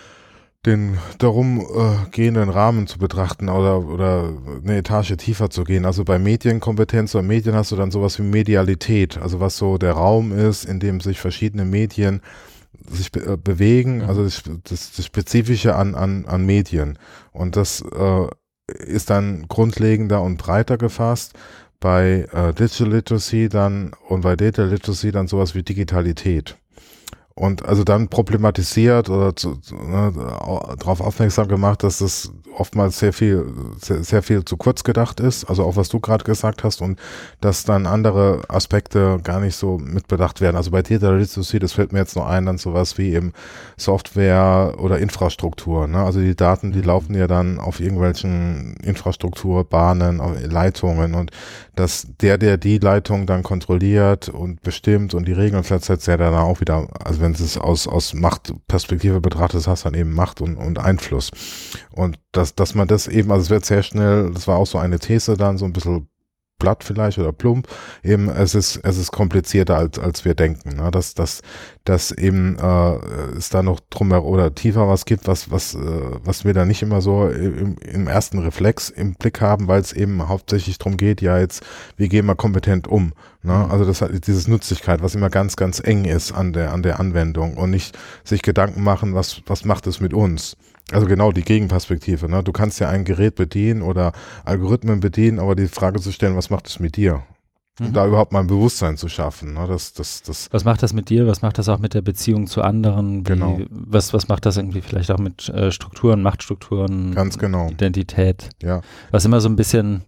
den darum äh, gehenden Rahmen zu betrachten oder, oder eine Etage tiefer zu gehen. Also bei Medienkompetenz oder Medien hast du dann sowas wie Medialität, also was so der Raum ist, in dem sich verschiedene Medien sich be- äh, bewegen, also das, das, das Spezifische an, an, an Medien. Und das äh, ist dann grundlegender und breiter gefasst. Bei äh, Digital Literacy dann und bei Data Literacy dann sowas wie Digitalität. Und also dann problematisiert oder zu, ne, darauf aufmerksam gemacht, dass das oftmals sehr viel, sehr, sehr viel zu kurz gedacht ist, also auch was du gerade gesagt hast, und dass dann andere Aspekte gar nicht so mitbedacht werden. Also bei Data Literacy, das fällt mir jetzt noch ein, dann sowas wie eben Software oder Infrastruktur. Ne? Also die Daten, die laufen ja dann auf irgendwelchen Infrastrukturbahnen, Leitungen, und dass der, der die Leitung dann kontrolliert und bestimmt und die Regeln festsetzt, der dann auch wieder, also wenn du es aus, aus Machtperspektive betrachtest, hast dann eben Macht und, und Einfluss. Und dass, dass man das eben, also es wird sehr schnell, das war auch so eine These dann, so ein bisschen platt vielleicht oder plump, eben es ist es ist komplizierter als als wir denken, ne? dass dass dass eben äh, es da noch drumherum oder tiefer was gibt, was was äh, was wir da nicht immer so im, im ersten Reflex im Blick haben, weil es eben hauptsächlich darum geht, ja jetzt, wie gehen wir kompetent um, ne? Mhm. Also das hat dieses Nützlichkeit, was immer ganz ganz eng ist an der an der Anwendung und nicht sich Gedanken machen, was was macht es mit uns. Also genau die Gegenperspektive, ne? Du kannst ja ein Gerät bedienen oder Algorithmen bedienen, aber die Frage zu stellen, was macht es mit dir? Mhm. Und da überhaupt mal ein Bewusstsein zu schaffen, ne? Das, das, das.
Was macht das mit dir? Was macht das auch mit der Beziehung zu anderen? Wie,
genau.
Was, was macht das irgendwie vielleicht auch mit äh, Strukturen, Machtstrukturen?
Ganz genau.
Identität?
Ja.
Was immer so ein bisschen,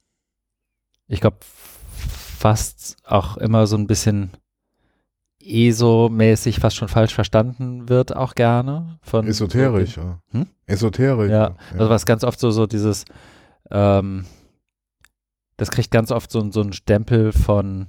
ich glaube, fast auch immer so ein bisschen E S O-mäßig fast schon falsch verstanden wird, auch gerne. Von
Esoterisch,
so,
ja.
Hm?
Esoterisch.
Ja, ja, also was ganz oft so, so dieses, ähm, das kriegt ganz oft so, so einen Stempel von,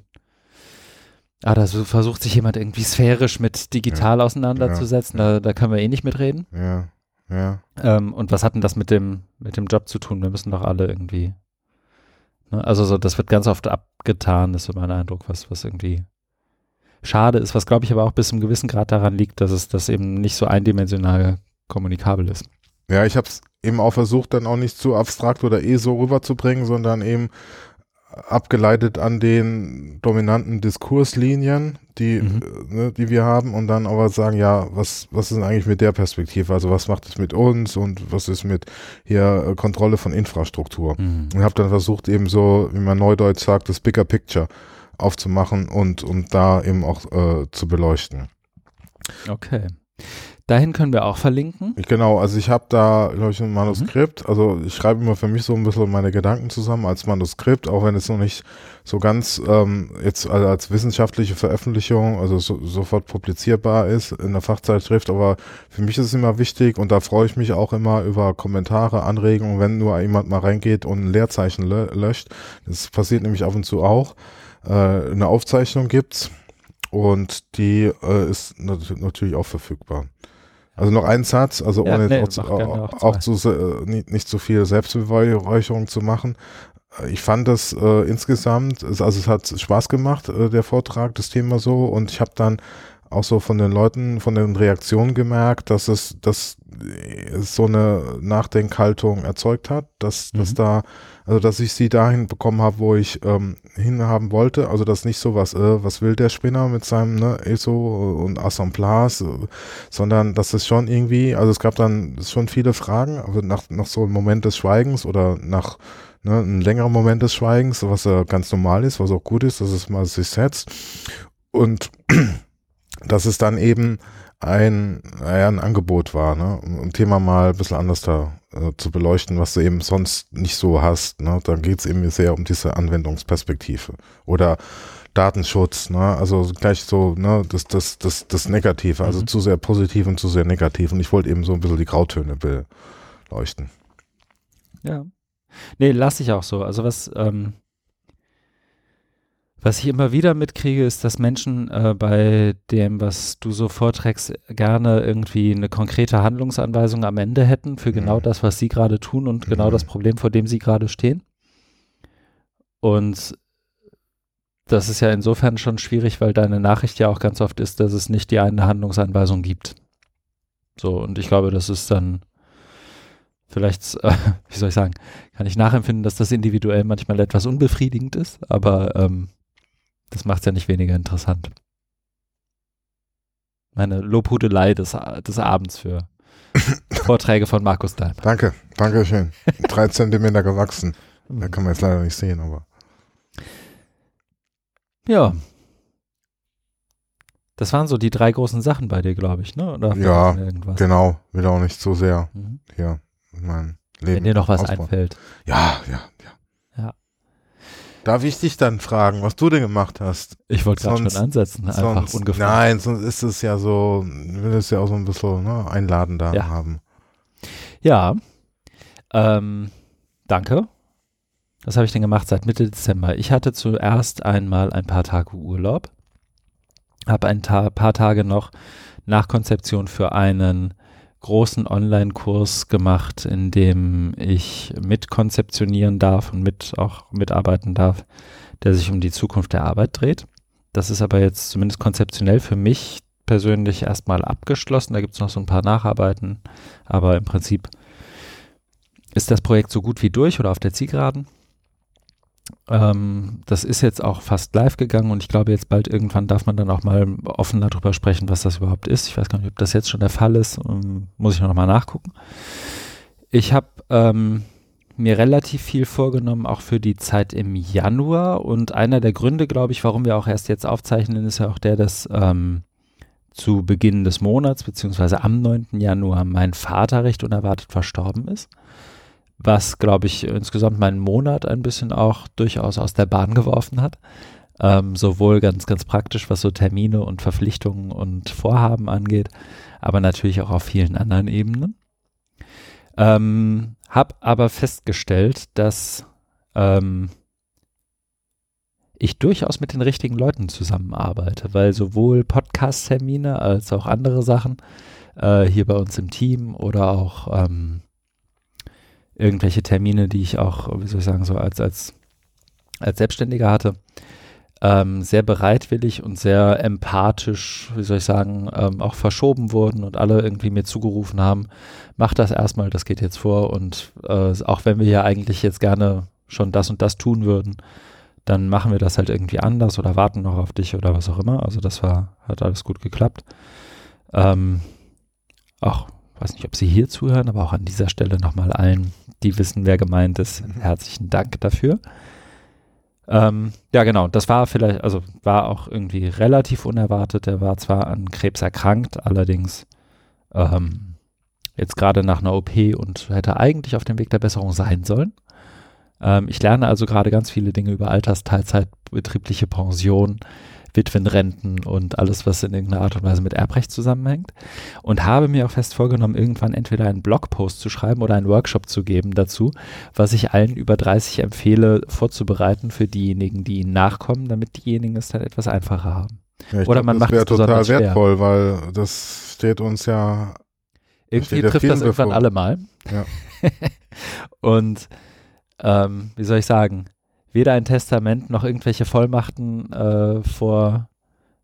ah, da so versucht sich jemand irgendwie sphärisch mit digital
ja.
auseinanderzusetzen,
ja.
da, da können wir eh nicht mitreden.
Ja, ja.
Ähm, und was hat denn das mit dem, mit dem Job zu tun? Wir müssen doch alle irgendwie, ne? Also so, das wird ganz oft abgetan, ist so mein Eindruck, was, was irgendwie schade ist, was glaube ich aber auch bis zu einem gewissen Grad daran liegt, dass es das eben nicht so eindimensional kommunikabel ist.
Ja, ich habe es eben auch versucht, dann auch nicht zu abstrakt oder eh so rüberzubringen, sondern eben abgeleitet an den dominanten Diskurslinien, die, mhm. ne, die wir haben, und dann aber sagen, ja, was, was ist denn eigentlich mit der Perspektive? Also was macht es mit uns und was ist mit hier Kontrolle von Infrastruktur? Mhm. Und habe dann versucht, eben so, wie man neudeutsch sagt, das Bigger Picture aufzumachen und, und da eben auch äh, zu beleuchten.
Okay. Dahin können wir auch verlinken.
Ich, genau, also ich habe da, glaube ich, ein Manuskript. Mhm. Also ich schreibe immer für mich so ein bisschen meine Gedanken zusammen als Manuskript, auch wenn es noch nicht so ganz ähm, jetzt also als wissenschaftliche Veröffentlichung, also so, sofort publizierbar ist in der Fachzeitschrift, aber für mich ist es immer wichtig, und da freue ich mich auch immer über Kommentare, Anregungen, wenn nur jemand mal reingeht und ein Leerzeichen lö- löscht. Das passiert nämlich ab und zu auch. Eine Aufzeichnung gibt's und die äh, ist nat- natürlich auch verfügbar. Also noch ein Satz, also
ja,
ohne
nee,
jetzt auch, auch, auch zu, äh, nicht, nicht zu viel Selbstbeweihräucherung zu machen. Ich fand das äh, insgesamt, also es hat Spaß gemacht, äh, der Vortrag, das Thema so, und ich habe dann auch so von den Leuten, von den Reaktionen gemerkt, dass es, dass es so eine Nachdenkhaltung erzeugt hat, dass,
Mhm.
dass da, also dass ich sie dahin bekommen habe, wo ich ähm, hinhaben wollte, also dass nicht so was, äh, was will der Spinner mit seinem ne, E S O und Assemblage, äh, sondern dass es schon irgendwie, also es gab dann schon viele Fragen, aber nach, nach so einem Moment des Schweigens oder nach ne, einem längeren Moment des Schweigens, was ja ganz normal ist, was auch gut ist, dass es mal sich setzt und dass es dann eben ein, naja, ein Angebot war, ne, um ein Thema mal ein bisschen anders da äh, zu beleuchten, was du eben sonst nicht so hast. Ne? Da geht es eben sehr um diese Anwendungsperspektive oder Datenschutz, ne? Also gleich so, ne, das, das, das, das Negative, also
Mhm.
zu sehr positiv und zu sehr negativ. Und ich wollte eben so ein bisschen die Grautöne beleuchten.
Ja. Nee, lasse ich auch so. Also was, ähm, was ich immer wieder mitkriege, ist, dass Menschen äh, bei dem, was du so vorträgst, gerne irgendwie eine konkrete Handlungsanweisung am Ende hätten für genau
Mhm.
das, was sie gerade tun und genau
Mhm.
das Problem, vor dem sie gerade stehen. Und das ist ja insofern schon schwierig, weil deine Nachricht ja auch ganz oft ist, dass es nicht die eine Handlungsanweisung gibt. So, und ich glaube, das ist dann vielleicht, äh, wie soll ich sagen, kann ich nachempfinden, dass das individuell manchmal etwas unbefriedigend ist, aber ähm, das macht es ja nicht weniger interessant. Meine Lobhudelei des, des Abends für Vorträge von Markus Dahlmann.
Danke, danke schön. Drei Zentimeter gewachsen. Da kann man jetzt leider nicht sehen, aber.
Ja. Das waren so die drei großen Sachen bei dir, glaube ich, ne? Oder
Ja,
irgendwas?
genau. Will auch nicht so sehr
Mhm.
hier mein Leben.
Wenn dir noch was
ausbauen.
einfällt.
Ja, ja, ja.
Ja.
Darf ich dich dann fragen, was du denn gemacht hast?
Ich wollte gerade schon
Sonst-
ansetzen, einfach
Sonst,
ungefragt.
nein, sonst ist es ja so, ich will es ja auch so ein bisschen ne, einladender
Ja.
haben.
Ja. Ähm, danke. Was habe ich denn gemacht seit Mitte Dezember? Ich hatte zuerst einmal ein paar Tage Urlaub. Habe ein Ta- paar Tage noch Nachkonzeption für einen großen Online-Kurs gemacht, in dem ich mitkonzeptionieren darf und mit auch mitarbeiten darf, der sich um die Zukunft der Arbeit dreht. Das ist aber jetzt zumindest konzeptionell für mich persönlich erstmal abgeschlossen. Da gibt es noch so ein paar Nacharbeiten, aber im Prinzip ist das Projekt so gut wie durch oder auf der Zielgeraden. Ähm, das ist jetzt auch fast live gegangen und ich glaube, jetzt bald irgendwann darf man dann auch mal offen darüber sprechen, was das überhaupt ist. Ich weiß gar nicht, ob das jetzt schon der Fall ist. Um, muss ich noch mal nachgucken. Ich habe ähm, mir relativ viel vorgenommen, auch für die Zeit im Januar. Und einer der Gründe, glaube ich, warum wir auch erst jetzt aufzeichnen, ist ja auch der, dass ähm, zu Beginn des Monats, beziehungsweise am neunten Januar, mein Vater recht unerwartet verstorben ist. Was, glaube ich, insgesamt meinen Monat ein bisschen auch durchaus aus der Bahn geworfen hat. Ähm, sowohl ganz, ganz praktisch, was so Termine und Verpflichtungen und Vorhaben angeht, aber natürlich auch auf vielen anderen Ebenen. Ähm, hab aber festgestellt, dass ähm, ich durchaus mit den richtigen Leuten zusammenarbeite, weil sowohl Podcast-Termine als auch andere Sachen äh, hier bei uns im Team oder auch ähm, irgendwelche Termine, die ich auch, wie soll ich sagen, so als, als, als Selbstständiger hatte, ähm, sehr bereitwillig und sehr empathisch, wie soll ich sagen, ähm, auch verschoben wurden und alle irgendwie mir zugerufen haben, mach das erstmal, das geht jetzt vor und äh, auch wenn wir ja eigentlich jetzt gerne schon das und das tun würden, dann machen wir das halt irgendwie anders oder warten noch auf dich oder was auch immer. Also das war, hat alles gut geklappt. Ähm, auch weiß nicht, ob Sie hier zuhören, aber auch an dieser Stelle nochmal allen, die wissen, wer gemeint ist, herzlichen Dank dafür. Ähm, ja, genau, das war vielleicht, also war auch irgendwie relativ unerwartet. Er war zwar an Krebs erkrankt, allerdings ähm, jetzt gerade nach einer O P und hätte eigentlich auf dem Weg der Besserung sein sollen. Ähm, ich lerne also gerade ganz viele Dinge über Altersteilzeit, betriebliche Pension, Witwenrenten und alles, was in irgendeiner Art und Weise mit Erbrecht zusammenhängt. Und habe mir auch fest vorgenommen, irgendwann entweder einen Blogpost zu schreiben oder einen Workshop zu geben dazu, was ich allen über dreißig empfehle, vorzubereiten für diejenigen, die ihnen nachkommen, damit diejenigen es dann etwas einfacher haben.
Ja, ich
Oder
glaub,
man
das
macht
wäre
es
total
besonders schwer.
wertvoll, weil das steht uns ja.
Irgendwie
steht ja
trifft
vielen
das irgendwann
bevor.
alle mal.
Ja.
Und ähm, wie soll ich sagen, weder ein Testament noch irgendwelche Vollmachten äh, vor,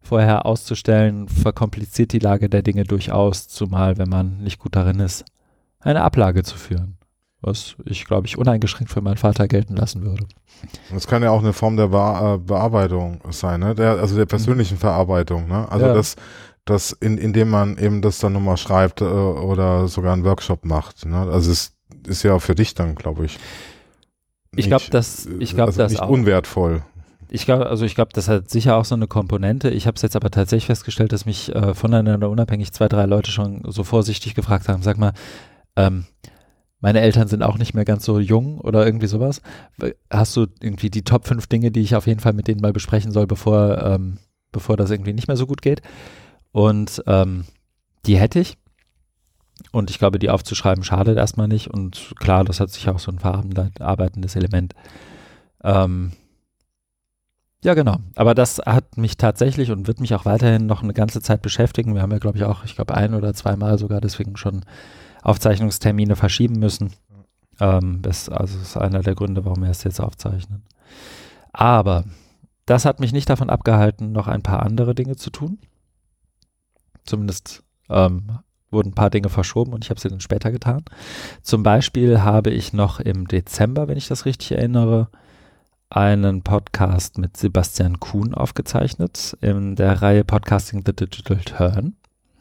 vorher auszustellen, verkompliziert die Lage der Dinge durchaus, zumal wenn man nicht gut darin ist, eine Ablage zu führen. Was ich, glaube ich, uneingeschränkt für meinen Vater gelten lassen würde.
Das kann ja auch eine Form der Be- Bearbeitung sein, ne? Der, also der persönlichen mhm. Verarbeitung, ne? Also ja. das, das in, indem man eben das dann nochmal schreibt äh, oder sogar einen Workshop macht, ne? Also es ist ja für dich dann, glaube ich,
ich glaube, das, ich glaube,
also
das
nicht
auch
unwertvoll.
Ich glaube, also ich glaube, das hat sicher auch so eine Komponente. Ich habe es jetzt aber tatsächlich festgestellt, dass mich äh, voneinander unabhängig zwei, drei Leute schon so vorsichtig gefragt haben, sag mal, ähm, meine Eltern sind auch nicht mehr ganz so jung oder irgendwie sowas. Hast du irgendwie die Top fünf Dinge, die ich auf jeden Fall mit denen mal besprechen soll, bevor, ähm, bevor das irgendwie nicht mehr so gut geht? Und ähm, die hätte ich. Und ich glaube, die aufzuschreiben schadet erstmal nicht. Und klar, das hat sicher auch so ein verarbeitendes Element. Ähm, ja, genau. Aber das hat mich tatsächlich und wird mich auch weiterhin noch eine ganze Zeit beschäftigen. Wir haben ja, glaube ich, auch, ich glaube, ein oder zweimal sogar deswegen schon Aufzeichnungstermine verschieben müssen. Ähm, das, also das ist einer der Gründe, warum wir es jetzt aufzeichnen. Aber das hat mich nicht davon abgehalten, noch ein paar andere Dinge zu tun. Zumindest ähm, wurden ein paar Dinge verschoben und ich habe sie dann später getan. Zum Beispiel habe ich noch im Dezember, wenn ich das richtig erinnere, einen Podcast mit Sebastian Kuhn aufgezeichnet in der Reihe Podcasting The Digital Turn.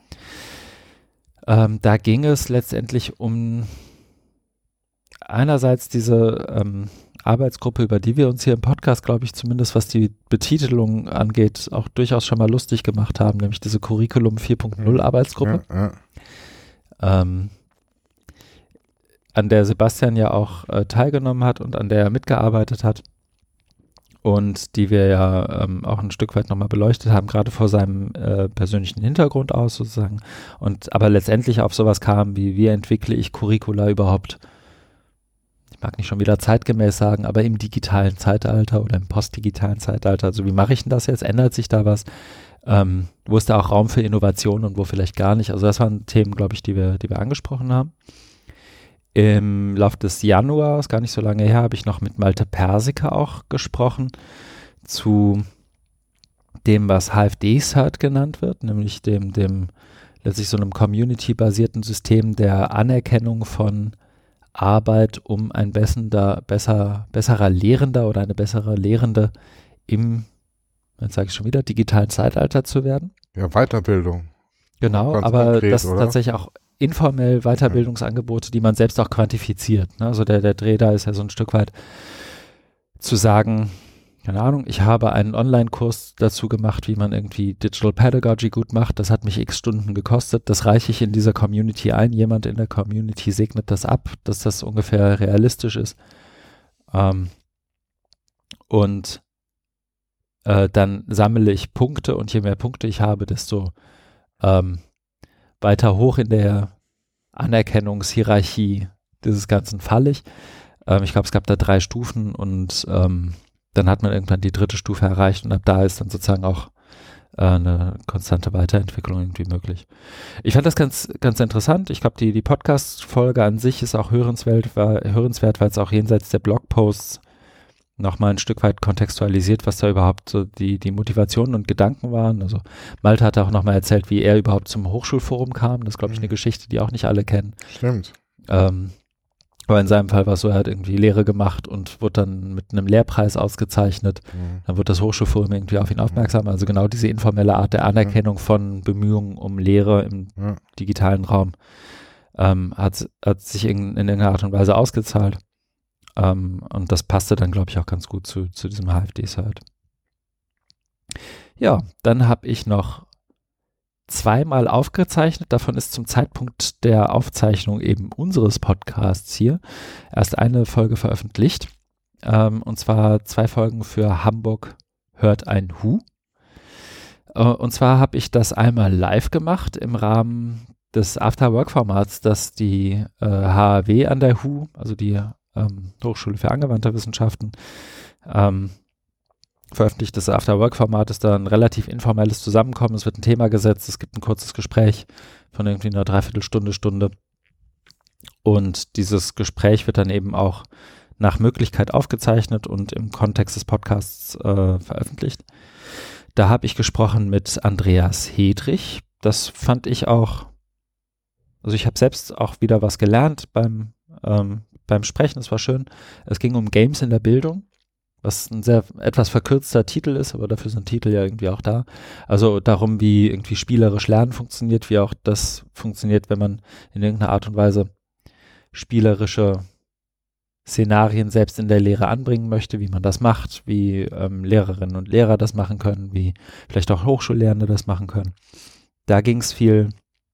Ähm, da ging es letztendlich um einerseits diese ähm, Arbeitsgruppe, über die wir uns hier im Podcast, glaube ich, zumindest was die Betitelung angeht, auch durchaus schon mal lustig gemacht haben, nämlich diese Curriculum vier Punkt null Arbeitsgruppe, ja, ja. Ähm, an der Sebastian ja auch äh, teilgenommen hat und an der er mitgearbeitet hat. Und die wir ja ähm, auch ein Stück weit nochmal beleuchtet haben, gerade vor seinem äh, persönlichen Hintergrund aus sozusagen. Und aber letztendlich auf sowas kam, wie wie entwickle ich Curricula überhaupt, ich mag nicht schon wieder zeitgemäß sagen, aber im digitalen Zeitalter oder im postdigitalen Zeitalter. Also wie mache ich denn das jetzt? Ändert sich da was? Ähm, wo ist da auch Raum für Innovation und wo vielleicht gar nicht? Also das waren Themen, glaube ich, die wir, die wir angesprochen haben. Im Lauf des Januars, gar nicht so lange her, habe ich noch mit Malte Persiker auch gesprochen zu dem, was H F D-Cert genannt wird, nämlich dem, dem letztlich so einem community-basierten System der Anerkennung von Arbeit, um ein bessender, besser, besserer Lehrender oder eine bessere Lehrende im, jetzt sage ich schon wieder, digitalen Zeitalter zu werden.
Ja, Weiterbildung.
Genau,
Ganz
aber
konkret,
das
oder?
tatsächlich auch informell Weiterbildungsangebote, die man selbst auch quantifiziert. Ne? Also der, der Dreh da ist ja so ein Stück weit zu sagen, keine Ahnung, ich habe einen Online-Kurs dazu gemacht, wie man irgendwie Digital Pedagogy gut macht. Das hat mich x Stunden gekostet. Das reiche ich in dieser Community ein. Jemand in der Community segnet das ab, dass das ungefähr realistisch ist. Ähm, und äh, dann sammle ich Punkte und je mehr Punkte ich habe, desto ähm, weiter hoch in der Anerkennungshierarchie dieses Ganzen falle ich. Ähm, ich glaube, es gab da drei Stufen und ähm, dann hat man irgendwann die dritte Stufe erreicht und ab da ist dann sozusagen auch äh, eine konstante Weiterentwicklung irgendwie möglich. Ich fand das ganz, ganz interessant. Ich glaube, die, die Podcast-Folge an sich ist auch hörenswert, war, hörenswert, weil es auch jenseits der Blogposts nochmal ein Stück weit kontextualisiert, was da überhaupt so die, die Motivationen und Gedanken waren. Also Malte hat auch nochmal erzählt, wie er überhaupt zum Hochschulforum kam. Das ist, glaube ich, eine Geschichte, die auch nicht alle kennen.
Stimmt.
Ähm, aber in seinem Fall war es so, er hat irgendwie Lehre gemacht und wurde dann mit einem Lehrpreis ausgezeichnet. Mhm. Dann wird das Hochschulforum irgendwie auf ihn aufmerksam. Also genau diese informelle Art der Anerkennung von Bemühungen um Lehre im ja. digitalen Raum ähm, hat, hat sich in, in irgendeiner Art und Weise ausgezahlt. Um, und das passte dann, glaube ich, auch ganz gut zu, zu diesem H F D-Cert. Ja, dann habe ich noch zweimal aufgezeichnet. Davon ist zum Zeitpunkt der Aufzeichnung eben unseres Podcasts hier erst eine Folge veröffentlicht. Um, und zwar zwei Folgen für Hamburg hört ein Hu. Uh, und zwar habe ich das einmal live gemacht im Rahmen des After-Work-Formats, das die äh, H A W an der Hu, also die Ähm, Hochschule für angewandte Wissenschaften, ähm, veröffentlicht. Das After-Work-Format ist da ein relativ informelles Zusammenkommen. Es wird ein Thema gesetzt, es gibt ein kurzes Gespräch von irgendwie einer Dreiviertelstunde, Stunde. Und dieses Gespräch wird dann eben auch nach Möglichkeit aufgezeichnet und im Kontext des Podcasts äh, veröffentlicht. Da habe ich gesprochen mit Andreas Hedrich. Das fand ich auch, also ich habe selbst auch wieder was gelernt beim, ähm, beim Sprechen. Es war schön. Es ging um Games in der Bildung, was ein sehr etwas verkürzter Titel ist, aber dafür sind Titel ja irgendwie auch da. Also darum, wie irgendwie spielerisch Lernen funktioniert, wie auch das funktioniert, wenn man in irgendeiner Art und Weise spielerische Szenarien selbst in der Lehre anbringen möchte, wie man das macht, wie ähm, Lehrerinnen und Lehrer das machen können, wie vielleicht auch Hochschullehrende das machen können. Da ging es viel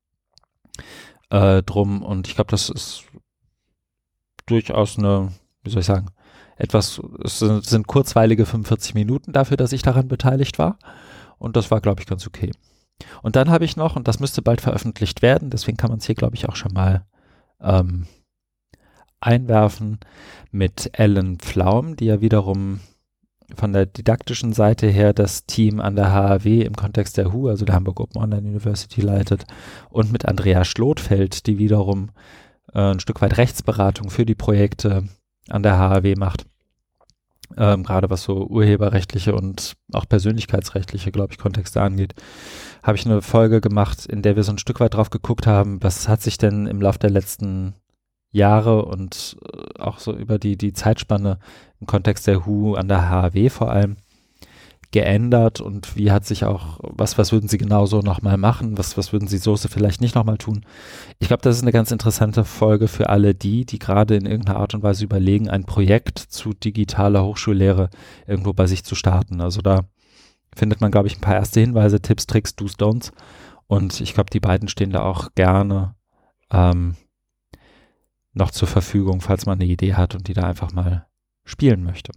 äh, drum und ich glaube, das ist durchaus eine, wie soll ich sagen, etwas, es sind, sind kurzweilige fünfundvierzig Minuten dafür, dass ich daran beteiligt war und das war, glaube ich, ganz okay. Und dann habe ich noch, und das müsste bald veröffentlicht werden, deswegen kann man es hier, glaube ich, auch schon mal ähm, einwerfen, mit Ellen Pflaum, die ja wiederum von der didaktischen Seite her das Team an der H A W im Kontext der H U, also der Hamburg Open Online University, leitet, und mit Andrea Schlotfeld, die wiederum äh, ein Stück weit Rechtsberatung für die Projekte an der H A W macht, ähm, gerade was so urheberrechtliche und auch persönlichkeitsrechtliche, glaube ich, Kontexte angeht, habe ich eine Folge gemacht, in der wir so ein Stück weit drauf geguckt haben, was hat sich denn im Laufe der letzten Jahre und äh, auch so über die, die Zeitspanne im Kontext der H U an der H A W vor allem geändert und wie hat sich auch, was, was würden Sie genau so nochmal machen, was, was würden Sie so vielleicht nicht nochmal tun? Ich glaube, das ist eine ganz interessante Folge für alle die, die gerade in irgendeiner Art und Weise überlegen, ein Projekt zu digitaler Hochschullehre irgendwo bei sich zu starten. Also da findet man, glaube ich, ein paar erste Hinweise, Tipps, Tricks, Do's, Don'ts und ich glaube, die beiden stehen da auch gerne ähm, noch zur Verfügung, falls man eine Idee hat und die da einfach mal spielen möchte.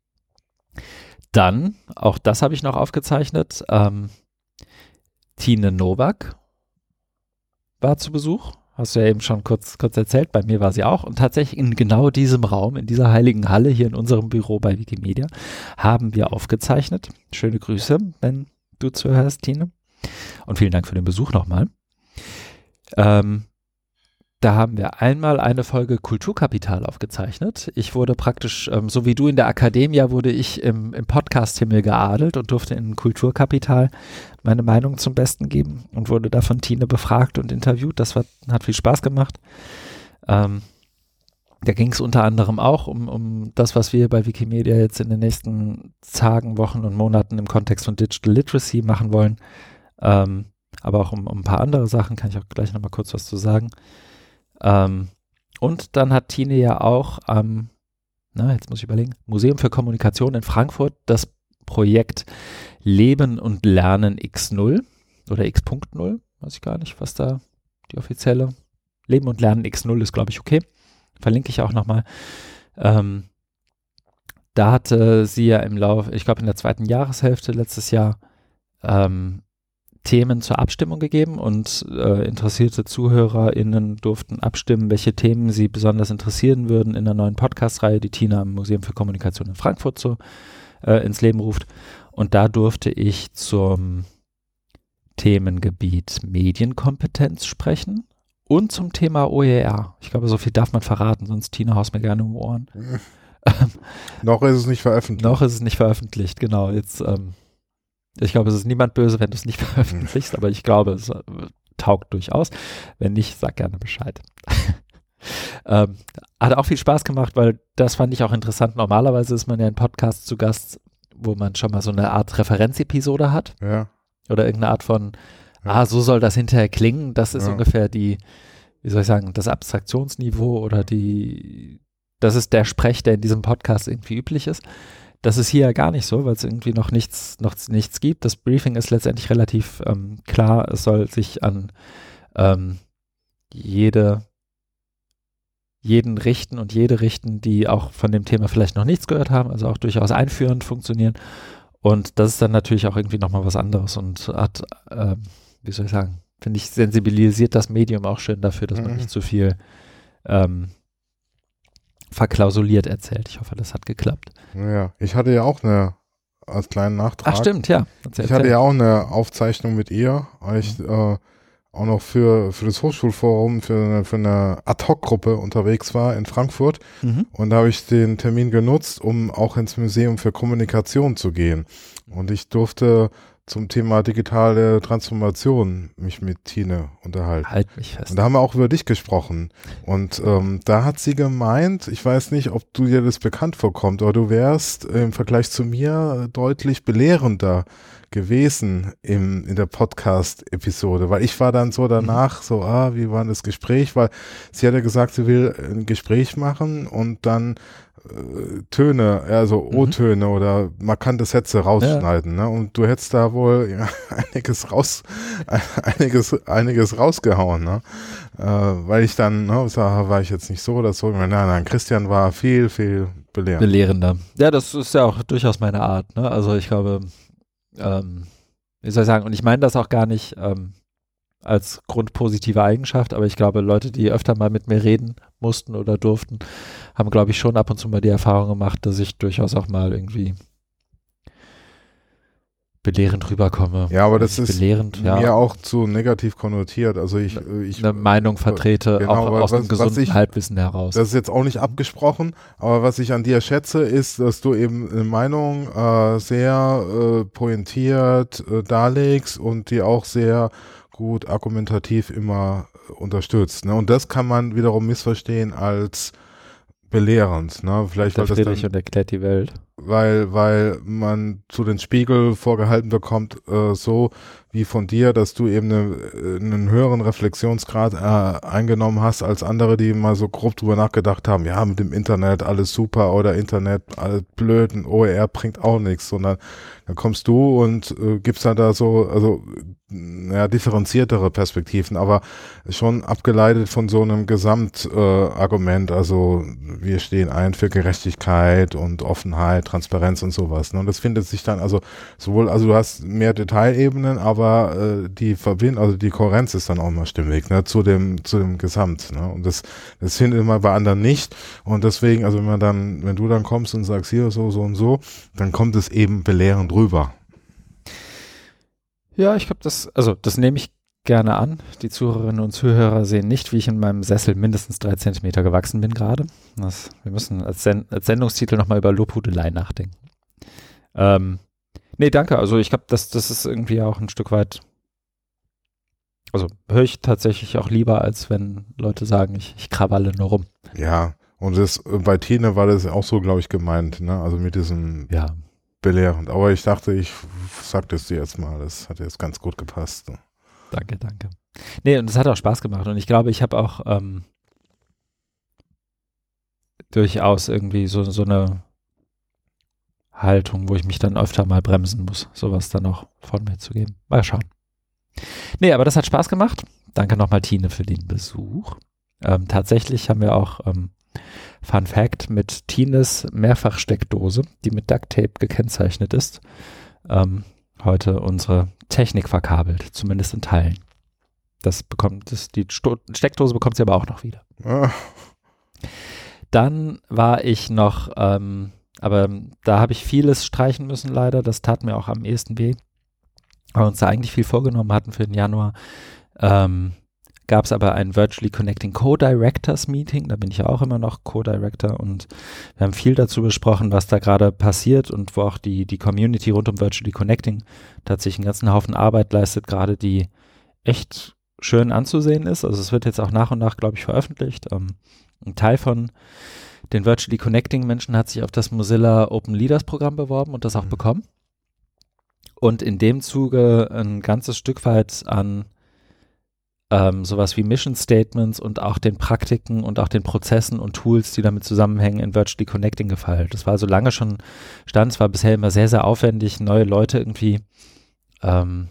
Dann, auch das habe ich noch aufgezeichnet, ähm, Tine Nowak war zu Besuch, hast du ja eben schon kurz, kurz erzählt, bei mir war sie auch und tatsächlich in genau diesem Raum, in dieser heiligen Halle hier in unserem Büro bei Wikimedia, haben wir aufgezeichnet. Schöne Grüße, wenn du zuhörst, Tine, und vielen Dank für den Besuch nochmal. Ähm, Da haben wir einmal eine Folge Kulturkapital aufgezeichnet. Ich wurde praktisch, ähm, so wie du in der Akademia, wurde ich im, im Podcast-Himmel geadelt und durfte in Kulturkapital meine Meinung zum Besten geben und wurde da von Tine befragt und interviewt. Das war, hat viel Spaß gemacht. Ähm, da ging es unter anderem auch um, um das, was wir bei Wikimedia jetzt in den nächsten Tagen, Wochen und Monaten im Kontext von Digital Literacy machen wollen. Ähm, aber auch um, um ein paar andere Sachen, kann ich auch gleich nochmal kurz was zu sagen. Ähm, und dann hat Tine ja auch am, ähm, na, jetzt muss ich überlegen, Museum für Kommunikation in Frankfurt das Projekt Leben und Lernen X null oder X null, weiß ich gar nicht, was da die offizielle, Leben und Lernen X null ist, glaube ich, okay. Verlinke ich auch nochmal. Ähm, da hatte sie ja im Lauf, ich glaube in der zweiten Jahreshälfte letztes Jahr, ähm, Themen zur Abstimmung gegeben und äh, interessierte ZuhörerInnen durften abstimmen, welche Themen sie besonders interessieren würden in der neuen Podcast-Reihe, die Tina am Museum für Kommunikation in Frankfurt so äh, ins Leben ruft. Und da durfte ich zum Themengebiet Medienkompetenz sprechen und zum Thema O E R. Ich glaube, so viel darf man verraten, sonst Tina haust mir gerne um Ohren.
Noch ist es nicht veröffentlicht.
Noch ist es nicht veröffentlicht, genau. Jetzt ähm, Ich glaube, es ist niemand böse, wenn du es nicht veröffentlichst, aber ich glaube, es äh, taugt durchaus. Wenn nicht, sag gerne Bescheid. ähm, hat auch viel Spaß gemacht, weil das fand ich auch interessant. Normalerweise ist man ja in Podcasts zu Gast, wo man schon mal so eine Art Referenzepisode hat.
Ja.
Oder irgendeine Art von,
ja.
ah, so soll das hinterher klingen. Das ist
ja.
ungefähr die, wie soll ich sagen, das Abstraktionsniveau oder die, das ist der Sprech, der in diesem Podcast irgendwie üblich ist. Das ist hier ja gar nicht so, weil es irgendwie noch nichts, noch nichts gibt. Das Briefing ist letztendlich relativ ähm, klar. Es soll sich an ähm, jede, jeden richten und jede richten, die auch von dem Thema vielleicht noch nichts gehört haben, also auch durchaus einführend funktionieren. Und das ist dann natürlich auch irgendwie nochmal was anderes und hat, ähm, wie soll ich sagen, finde ich, sensibilisiert das Medium auch schön dafür, dass man
Mhm.
nicht zu viel ähm, verklausuliert erzählt. Ich hoffe, das hat geklappt.
Ja, ich hatte ja auch eine, als kleinen Nachtrag.
Ach stimmt, ja.
Ich hatte ja auch eine Aufzeichnung mit ihr, weil ich
Mhm.
äh, auch noch für, für das Hochschulforum, für eine, für eine Ad-Hoc-Gruppe unterwegs war in Frankfurt.
Mhm.
Und da habe ich den Termin genutzt, um auch ins Museum für Kommunikation zu gehen. Und ich durfte zum Thema digitale Transformation mich mit Tine unterhalten.
Halt mich fest.
Und da haben wir auch über dich gesprochen. Und ähm, da hat sie gemeint, ich weiß nicht, ob du dir das bekannt vorkommt, aber du wärst im Vergleich zu mir deutlich belehrender gewesen im, in der Podcast-Episode, weil ich war dann so danach mhm. so, ah, wie war das Gespräch, weil sie hat ja gesagt, sie will ein Gespräch machen und dann äh, Töne, also mhm. O-Töne oder markante Sätze rausschneiden, ja. ne? Und du hättest da wohl ja, einiges raus, einiges, einiges rausgehauen, ne? Äh, weil ich dann, ne, sag, war ich jetzt nicht so oder so, nein, nein, Christian war viel, viel belehrender.
Belehrender. Ja, das ist ja auch durchaus meine Art, ne? Also ich glaube, Ähm, wie soll ich sagen, und ich meine das auch gar nicht ähm, als grundpositive Eigenschaft, aber ich glaube, Leute, die öfter mal mit mir reden mussten oder durften, haben, glaube ich, schon ab und zu mal die Erfahrung gemacht, dass ich durchaus auch mal irgendwie belehrend rüberkomme.
Ja, aber das ist
belehrend,
mir
ja,
auch zu negativ konnotiert. Also ich, ich
eine Meinung vertrete,
genau,
auch aus
was,
einem gesunden
ich,
Halbwissen heraus.
Das ist jetzt auch nicht abgesprochen, aber was ich an dir schätze, ist, dass du eben eine Meinung äh, sehr äh, pointiert äh, darlegst und die auch sehr gut argumentativ immer unterstützt. Ne? Und das kann man wiederum missverstehen als belehrend. Ne? Vielleicht
der
weil
Friedrich
das dann,
und erklärt die Welt.
Weil, weil man zu den Spiegel vorgehalten bekommt, äh, so wie von dir, dass du eben eine, einen höheren Reflexionsgrad äh, eingenommen hast als andere, die mal so grob drüber nachgedacht haben, ja, mit dem Internet alles super oder Internet alles blöd, ein O E R bringt auch nichts, sondern dann kommst du und äh, gibst dann da so, also ja, differenziertere Perspektiven, aber schon abgeleitet von so einem Gesamtargument, äh, also wir stehen ein für Gerechtigkeit und Offenheit, Transparenz und sowas. Ne? Und das findet sich dann, also sowohl, also du hast mehr Detailebenen, aber äh, die Verbindung, also die Kohärenz ist dann auch mal stimmig, ne, zu dem, zu dem Gesamt. Ne? Und das, das findet man bei anderen nicht. Und deswegen, also wenn man dann, wenn du dann kommst und sagst hier so, so und so, dann kommt es eben belehrend rüber.
Ja, ich glaube, das, also das nehme ich gerne an. Die Zuhörerinnen und Zuhörer sehen nicht, wie ich in meinem Sessel mindestens drei Zentimeter gewachsen bin gerade. Das, wir müssen als, Sen als Sendungstitel nochmal über Lobhudelei nachdenken. Ähm, nee, danke. Also ich glaube, das, das ist irgendwie auch ein Stück weit, also höre ich tatsächlich auch lieber, als wenn Leute sagen, ich, ich krawalle nur rum.
Ja, und das, bei Tine war das auch so, glaube ich, gemeint, ne? Also mit diesem
ja.
belehrend. Aber ich dachte, ich sag das dir jetzt mal, das hat jetzt ganz gut gepasst. Ne?
Danke, danke. Nee, und es hat auch Spaß gemacht und ich glaube, ich habe auch ähm, durchaus irgendwie so, so eine Haltung, wo ich mich dann öfter mal bremsen muss, sowas dann auch von mir zu geben. Mal schauen. Nee, aber das hat Spaß gemacht. Danke nochmal, Tine, für den Besuch. Ähm, tatsächlich haben wir auch ähm, Fun Fact mit Tines Mehrfachsteckdose, die mit Duct Tape gekennzeichnet ist, ähm, heute unsere Technik verkabelt, zumindest in Teilen. Das bekommt, das, die Sto Steckdose bekommt sie aber auch noch wieder. Ah. Dann war ich noch, ähm, aber da habe ich vieles streichen müssen leider, das tat mir auch am ehesten weh, weil wir uns da eigentlich viel vorgenommen hatten für den Januar. Ähm, gab es aber ein Virtually Connecting Co-Directors Meeting, da bin ich ja auch immer noch Co-Director und wir haben viel dazu besprochen, was da gerade passiert und wo auch die, die Community rund um Virtually Connecting tatsächlich einen ganzen Haufen Arbeit leistet, gerade die echt schön anzusehen ist. Also es wird jetzt auch nach und nach, glaube ich, veröffentlicht. Ähm, ein Teil von den Virtually Connecting Menschen hat sich auf das Mozilla Open Leaders Programm beworben und das auch mhm. bekommen. Und in dem Zuge ein ganzes Stück weit an ähm, sowas wie Mission Statements und auch den Praktiken und auch den Prozessen und Tools, die damit zusammenhängen, in Virtually Connecting gefallen. Das war so lange schon stand, es war bisher immer sehr, sehr aufwendig, neue Leute irgendwie ähm,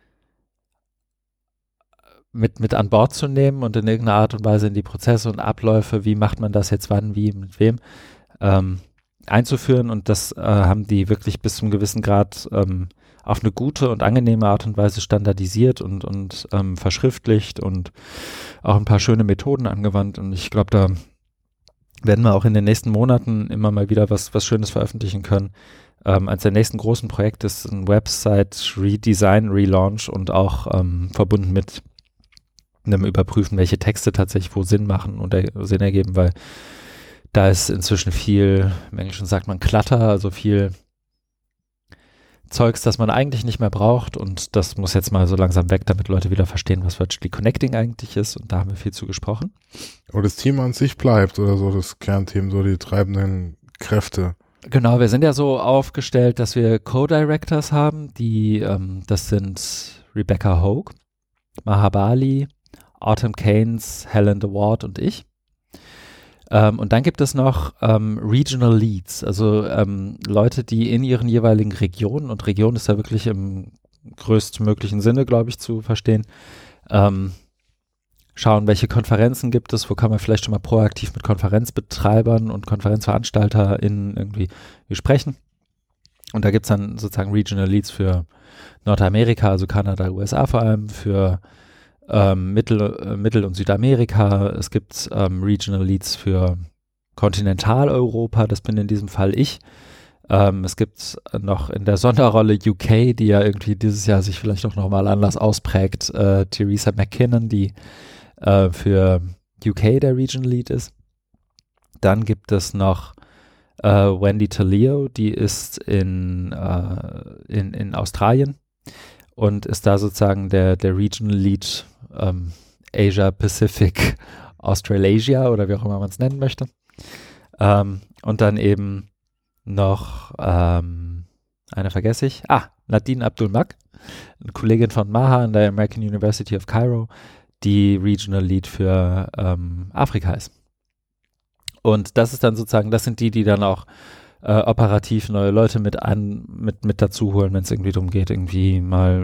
mit, mit an Bord zu nehmen und in irgendeiner Art und Weise in die Prozesse und Abläufe, wie macht man das jetzt wann, wie, mit wem, ähm, einzuführen. Und das äh, haben die wirklich bis zum gewissen Grad ähm, auf eine gute und angenehme Art und Weise standardisiert und, und ähm, verschriftlicht und auch ein paar schöne Methoden angewandt. Und ich glaube, da werden wir auch in den nächsten Monaten immer mal wieder was, was Schönes veröffentlichen können. Ähm, eines der nächsten großen Projekte ist ein Website-Redesign, Relaunch und auch ähm, verbunden mit einem Überprüfen, welche Texte tatsächlich wo Sinn machen und er, Sinn ergeben, weil da ist inzwischen viel, im Englischen sagt man Clutter, also viel Zeugs, das man eigentlich nicht mehr braucht und das muss jetzt mal so langsam weg, damit Leute wieder verstehen, was Virtually Connecting eigentlich ist und da haben wir viel zu gesprochen.
Aber das Team an sich bleibt oder so, das Kernteam, so die treibenden Kräfte.
Genau, wir sind ja so aufgestellt, dass wir Co-Directors haben, die, ähm, das sind Rebecca Hogue, Mahabali, Autumn Keynes, Helen DeWard und ich. Ähm, und dann gibt es noch ähm, Regional Leads, also ähm, Leute, die in ihren jeweiligen Regionen, und Region ist da wirklich im größtmöglichen Sinne, glaube ich, zu verstehen, ähm, schauen, welche Konferenzen gibt es, wo kann man vielleicht schon mal proaktiv mit Konferenzbetreibern und KonferenzveranstalterInnen irgendwie sprechen. Und da gibt es dann sozusagen Regional Leads für Nordamerika, also Kanada, U S A vor allem, für ähm, Mittel, äh, Mittel- und Südamerika. Es gibt ähm, Regional Leads für Kontinentaleuropa, das bin in diesem Fall ich. Ähm, es gibt noch in der Sonderrolle U K, die ja irgendwie dieses Jahr sich vielleicht auch nochmal anders ausprägt, äh, Theresa McKinnon, die äh, für U K der Regional Lead ist. Dann gibt es noch äh, Wendy Taleo, die ist in, äh, in, in Australien und ist da sozusagen der, der Regional Lead ähm, Asia Pacific Australasia oder wie auch immer man es nennen möchte. Ähm, und dann eben noch ähm, eine vergesse ich. Ah, Nadine Abdul-Mak, eine Kollegin von Maha an der American University of Cairo, die Regional Lead für ähm, Afrika ist. Und das ist dann sozusagen, das sind die, die dann auch äh, operativ neue Leute mit an, mit, mit dazu holen, wenn es irgendwie darum geht, irgendwie mal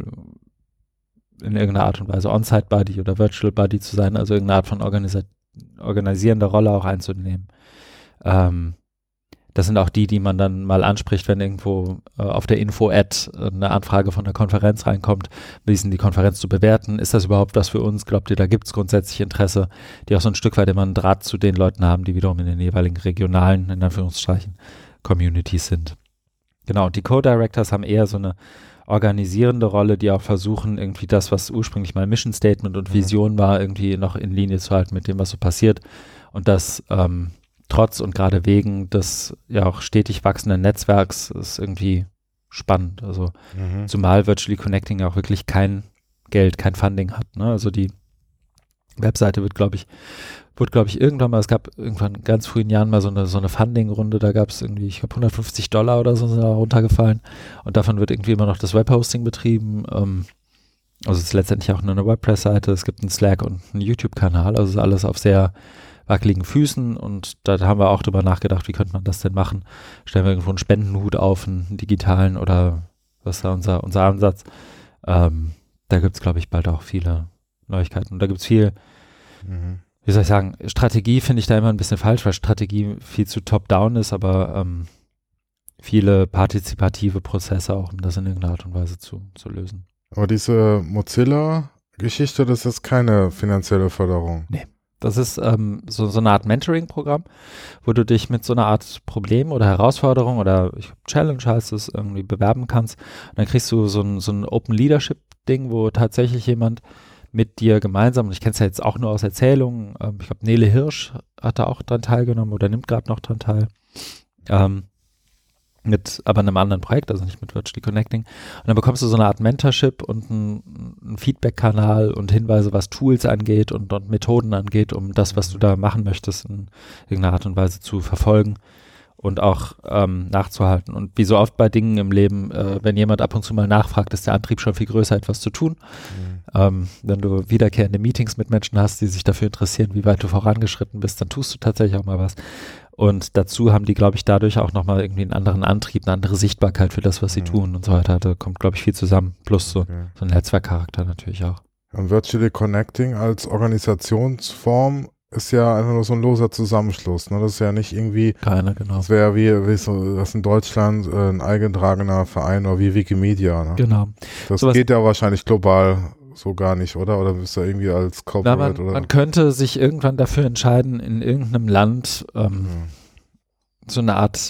in irgendeiner Art und Weise On-Site-Buddy oder Virtual-Buddy zu sein, also irgendeine Art von organisa- organisierender Rolle auch einzunehmen. Ähm, Das sind auch die, die man dann mal anspricht, wenn irgendwo äh, auf der Info-Ad eine Anfrage von der Konferenz reinkommt. Wie ist denn die Konferenz zu bewerten? Ist das überhaupt was für uns? Glaubt ihr, da gibt es grundsätzlich Interesse, die auch so ein Stück weit immer einen Draht zu den Leuten haben, die wiederum in den jeweiligen regionalen, in Anführungsstrichen, Communities sind. Genau, und die Co-Directors haben eher so eine organisierende Rolle, die auch versuchen, irgendwie das, was ursprünglich mal Mission Statement und Vision war, irgendwie noch in Linie zu halten mit dem, was so passiert. Und das ähm, trotz und gerade wegen des ja auch stetig wachsenden Netzwerks ist irgendwie spannend. Also
Mhm.
zumal Virtually Connecting ja auch wirklich kein Geld, kein Funding hat. Ne? Also die Webseite wird, glaube ich, wurde, glaube ich, irgendwann mal, es gab irgendwann in ganz frühen Jahren mal so eine, so eine Funding-Runde, da gab es irgendwie, ich glaube, hundertfünfzig Dollar oder so sind da runtergefallen und davon wird irgendwie immer noch das Webhosting betrieben. Ähm, also es ist letztendlich auch nur eine WordPress-Seite, es gibt einen Slack und einen YouTube-Kanal, also es ist alles auf sehr wackeligen Füßen und da haben wir auch drüber nachgedacht, wie könnte man das denn machen? Stellen wir irgendwo einen Spendenhut auf, einen digitalen oder was ist da unser, unser Ansatz? Ähm, da gibt es, glaube ich, bald auch viele Neuigkeiten und da gibt es viel,
Mhm.
wie soll ich sagen, Strategie finde ich da immer ein bisschen falsch, weil Strategie viel zu top-down ist, aber ähm, viele partizipative Prozesse auch, um das in irgendeiner Art und Weise zu, zu lösen.
Aber diese Mozilla-Geschichte, das ist keine finanzielle Förderung.
Nee. Das ist ähm, so, so eine Art Mentoring-Programm, wo du dich mit so einer Art Problem oder Herausforderung oder ich, Challenge heißt es, irgendwie bewerben kannst. Und dann kriegst du so ein, so ein Open Leadership-Ding, wo tatsächlich jemand mit dir gemeinsam, und ich kenne es ja jetzt auch nur aus Erzählungen, ähm, ich glaube Nele Hirsch hat da auch dran teilgenommen oder nimmt gerade noch dran teil, ähm, mit aber einem anderen Projekt, also nicht mit Virtually Connecting. Und dann bekommst du so eine Art Mentorship und einen, einen Feedback-Kanal und Hinweise, was Tools angeht und, und Methoden angeht, um das, was du da machen möchtest, in irgendeiner Art und Weise zu verfolgen und auch ähm, nachzuhalten. Und wie so oft bei Dingen im Leben, äh, wenn jemand ab und zu mal nachfragt, ist der Antrieb schon viel größer, etwas zu tun.
Mhm.
Ähm, wenn du wiederkehrende Meetings mit Menschen hast, die sich dafür interessieren, wie weit du vorangeschritten bist, dann tust du tatsächlich auch mal was. Und dazu haben die, glaube ich, dadurch auch nochmal irgendwie einen anderen Antrieb, eine andere Sichtbarkeit für das, was sie
Mhm.
tun und so weiter. Da kommt, glaube ich, viel zusammen. Plus so,
Okay.
so ein Netzwerkcharakter natürlich auch.
Und Virtually Connecting als Organisationsform ist ja einfach nur so ein loser Zusammenschluss. Ne? Das ist ja nicht irgendwie,
Keiner, genau.
das wäre wie, wie so, das in Deutschland äh, ein eingetragener Verein oder wie Wikimedia. Ne?
Genau.
Das
Sowas-
geht ja wahrscheinlich global so gar nicht, oder? Oder bist du irgendwie als
Na,
Corporate
man,
oder?
man könnte sich irgendwann dafür entscheiden, in irgendeinem Land ähm,
Mhm.
so eine Art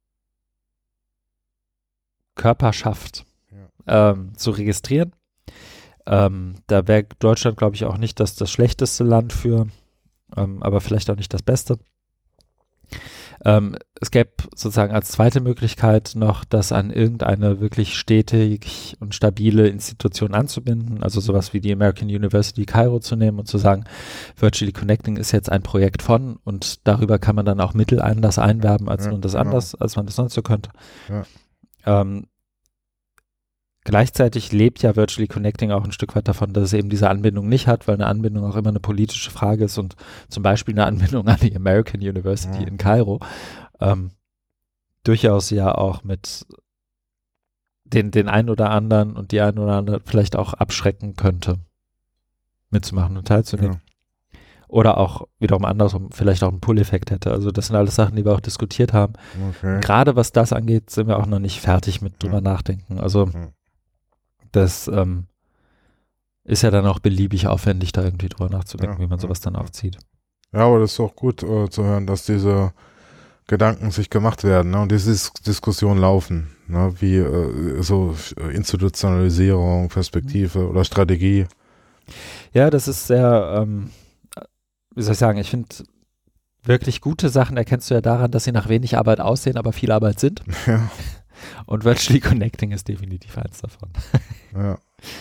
Körperschaft
Ja.
ähm, zu registrieren. Ähm, da wäre Deutschland, glaube ich, auch nicht das, das schlechteste Land für, ähm, aber vielleicht auch nicht das Beste. Ähm, es gäbe sozusagen als zweite Möglichkeit noch, das an irgendeine wirklich stetig und stabile Institution anzubinden, also sowas wie die American University Kairo zu nehmen und zu sagen, Virtually Connecting ist jetzt ein Projekt von und darüber kann man dann auch Mittel anders einwerben, als
Ja,
nun das
genau.
anders, als man das sonst so könnte.
Ja.
Ähm, Gleichzeitig lebt ja Virtually Connecting auch ein Stück weit davon, dass es eben diese Anbindung nicht hat, weil eine Anbindung auch immer eine politische Frage ist und zum Beispiel eine Anbindung an die American University
Ja.
in Kairo ähm, durchaus ja auch mit den, den einen oder anderen und die einen oder andere vielleicht auch abschrecken könnte, mitzumachen und teilzunehmen.
Ja.
Oder auch wiederum andersrum, vielleicht auch einen Pull-Effekt hätte. Also das sind alles Sachen, die wir auch diskutiert haben.
Okay.
Gerade was das angeht, sind wir auch noch nicht fertig mit drüber
Ja.
nachdenken. Also
Ja.
das ähm, ist ja dann auch beliebig aufwendig, da irgendwie drüber nachzudenken,
Ja,
wie man
ja,
sowas dann
ja.
aufzieht.
Ja, aber das ist auch gut äh, zu hören, dass diese Gedanken sich gemacht werden, ne? Und diese Dis Diskussionen laufen, ne? Wie äh, so äh, Institutionalisierung, Perspektive oder Strategie.
Ja, das ist sehr, ähm, wie soll ich sagen, ich finde, wirklich gute Sachen erkennst du ja daran, dass sie nach wenig Arbeit aussehen, aber viel Arbeit sind.
Ja,
Und Virtually Connecting ist definitiv eins davon.
ja.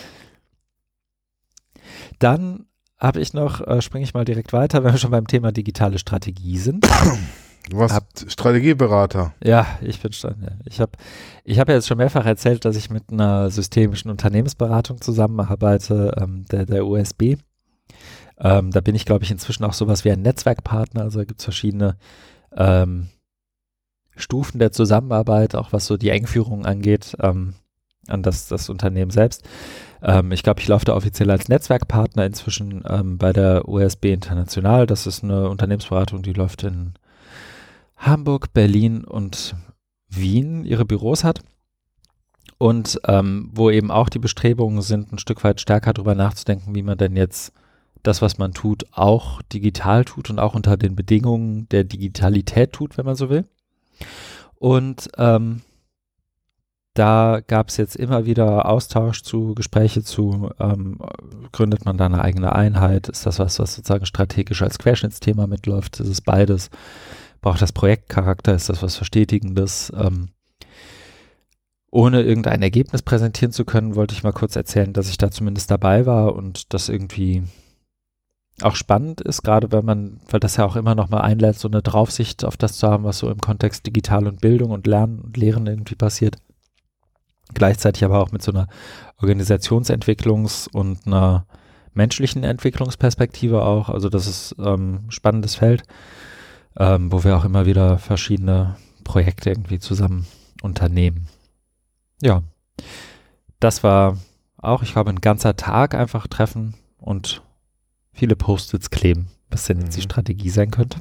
Dann habe ich noch, äh, springe ich mal direkt weiter, wenn wir schon beim Thema digitale Strategie sind.
Du warst
Hab-
Strategieberater.
Ja, ich bin schon, ja. Ich habe ich hab ja jetzt schon mehrfach erzählt, dass ich mit einer systemischen Unternehmensberatung zusammenarbeite, ähm, der, der U S B. Ähm, da bin ich, glaube ich, inzwischen auch sowas wie ein Netzwerkpartner. Also da gibt es verschiedene ähm, Stufen der Zusammenarbeit, auch was so die Engführung angeht, ähm, an das, das Unternehmen selbst. Ähm, ich glaube, ich laufe da offiziell als Netzwerkpartner inzwischen ähm, bei der U S B International. Das ist eine Unternehmensberatung, die läuft in Hamburg, Berlin und Wien ihre Büros hat. Und ähm, wo eben auch die Bestrebungen sind, ein Stück weit stärker darüber nachzudenken, wie man denn jetzt das, was man tut, auch digital tut und auch unter den Bedingungen der Digitalität tut, wenn man so will. Und ähm, da gab es jetzt immer wieder Austausch zu, Gespräche zu, ähm, gründet man da eine eigene Einheit, ist das was, was sozusagen strategisch als Querschnittsthema mitläuft, ist es beides, braucht das Projektcharakter, ist das was Verstetigendes, ähm, ohne irgendein Ergebnis präsentieren zu können, wollte ich mal kurz erzählen, dass ich da zumindest dabei war und das irgendwie auch spannend ist, gerade wenn man, weil das ja auch immer noch mal einlädt, so eine Draufsicht auf das zu haben, was so im Kontext Digital und Bildung und Lernen und Lehren irgendwie passiert. Gleichzeitig aber auch mit so einer Organisationsentwicklungs- und einer menschlichen Entwicklungsperspektive auch. Also das ist ähm, ein spannendes Feld, ähm, wo wir auch immer wieder verschiedene Projekte irgendwie zusammen unternehmen. Ja, das war auch, ich glaube, ein ganzer Tag einfach treffen und viele Post-its kleben, was denn jetzt die
Mhm.
Strategie sein könnte.